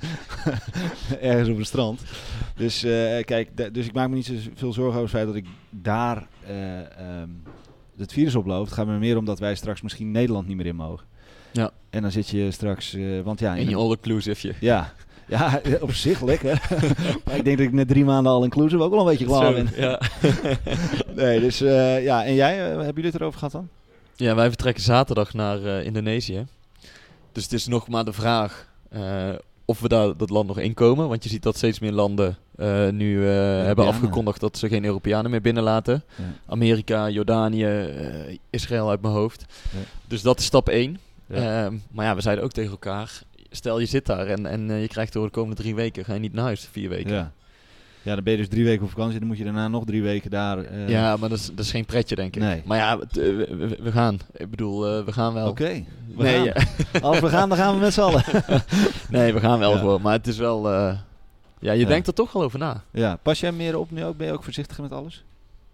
ergens op het strand. Dus uh, kijk, d- dus ik maak me niet zoveel zorgen over het feit dat ik daar uh, um, het virus oploopt. Het gaat me meer om dat wij straks misschien Nederland niet meer in mogen. Ja. En dan zit je straks... Uh, want ja, in je all-inclusive. Ja. Ja, op zich lekker. Maar ik denk dat ik met drie maanden al inclusive ook wel een beetje klaar ben. Ja. Nee, dus uh, ja. En jij, uh, hebben jullie het erover gehad dan? Ja, wij vertrekken zaterdag naar uh, Indonesië. Dus het is nog maar de vraag uh, of we daar dat land nog inkomen. Want je ziet dat steeds meer landen uh, nu uh, hebben afgekondigd dat ze geen Europeanen meer binnenlaten. Ja. Amerika, Jordanië, uh, Israël uit mijn hoofd. Ja. Dus dat is stap één. Ja. Uh, maar ja, we zeiden ook tegen elkaar... Stel je zit daar en, en uh, je krijgt door de komende drie weken, ga je niet naar huis, vier weken. Ja, ja dan ben je dus drie weken op vakantie, dan moet je daarna nog drie weken daar... Uh... Ja, maar dat is, dat is geen pretje, denk ik. Nee. Maar ja, t, uh, we, we gaan. Ik bedoel, uh, we gaan wel. Oké, okay, we nee, gaan. Ja. Als we gaan, dan gaan we met z'n allen. Nee, we gaan wel ja. gewoon, maar het is wel... Uh, ja, je ja. denkt er toch wel over na. Ja, pas jij meer op nu ook? Ben je ook voorzichtiger met alles?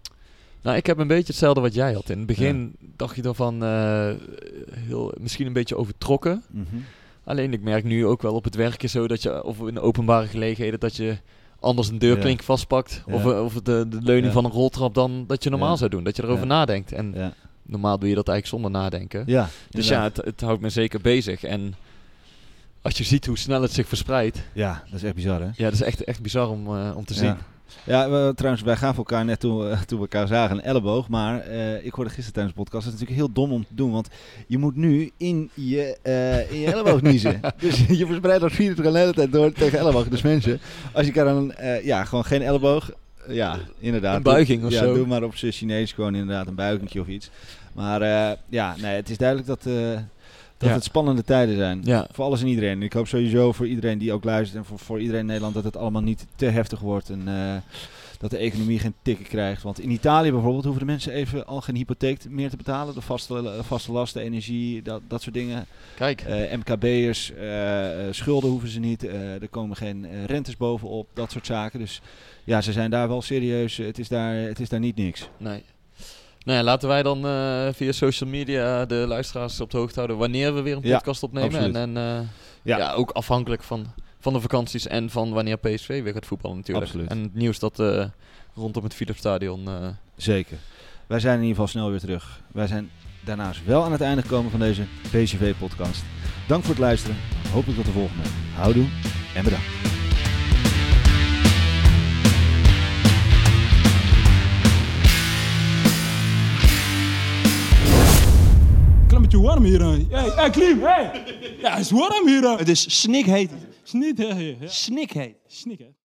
Nou, ik heb een beetje hetzelfde wat jij had. In het begin ja. dacht je ervan, uh, heel, misschien een beetje overtrokken. Mm-hmm. Alleen ik merk nu ook wel op het werk is zo dat je, of in openbare gelegenheden, dat je anders een deurklink ja. vastpakt. Ja. Of, of de, de leuning ja. van een roltrap dan dat je normaal ja. zou doen. Dat je erover ja. nadenkt. En ja. normaal doe je dat eigenlijk zonder nadenken. Ja, dus ja, het, het houdt me zeker bezig. En als je ziet hoe snel het zich verspreidt. Ja, dat is echt bizar, hè? Ja, dat is echt, echt bizar om, uh, om te ja. zien. Ja, we, trouwens, wij gaven elkaar net toen, uh, toen we elkaar zagen een elleboog. Maar uh, ik hoorde gisteren tijdens de podcast, dat is natuurlijk heel dom om te doen. Want je moet nu in je, uh, in je elleboog niezen. Dus je verspreidt dat virus de hele tijd door tegen elleboog. Dus mensen, als je kan een, uh, ja, gewoon geen elleboog. Uh, ja, inderdaad. Een buiging doe, of ja, zo. Doe maar op z'n Chinees gewoon inderdaad een buigingje of iets. Maar uh, ja, nee, het is duidelijk dat... Uh, Dat ja. het spannende tijden zijn. Ja. Voor alles en iedereen. Ik hoop sowieso voor iedereen die ook luistert. En voor, voor iedereen in Nederland dat het allemaal niet te heftig wordt. En uh, dat de economie geen tikken krijgt. Want in Italië bijvoorbeeld hoeven de mensen even al geen hypotheek meer te betalen. De vaste, vaste lasten, energie, dat, dat soort dingen. Kijk. Uh, M K B'ers, uh, schulden hoeven ze niet. Uh, er komen geen uh, rentes bovenop. Dat soort zaken. Dus ja, ze zijn daar wel serieus. Het is daar, het is daar niet niks. Nee. Nou ja, laten wij dan uh, via social media de luisteraars op de hoogte houden wanneer we weer een podcast ja, opnemen. Absoluut. En, en uh, ja. ja, ook afhankelijk van, van de vakanties en van wanneer P S V weer gaat voetballen natuurlijk. Absoluut. En het nieuws dat uh, rondom het Philipsstadion... Uh, Zeker. Wij zijn in ieder geval snel weer terug. Wij zijn daarnaast wel aan het einde gekomen van deze P S V-podcast. Dank voor het luisteren. Hopelijk tot de volgende. Houdoe en bedankt. Een beetje warm hier. Hey, hey Klim, hey! Ja, het is warm hier. Het is snikheet. Snikheet. Snikheet. Snikheet.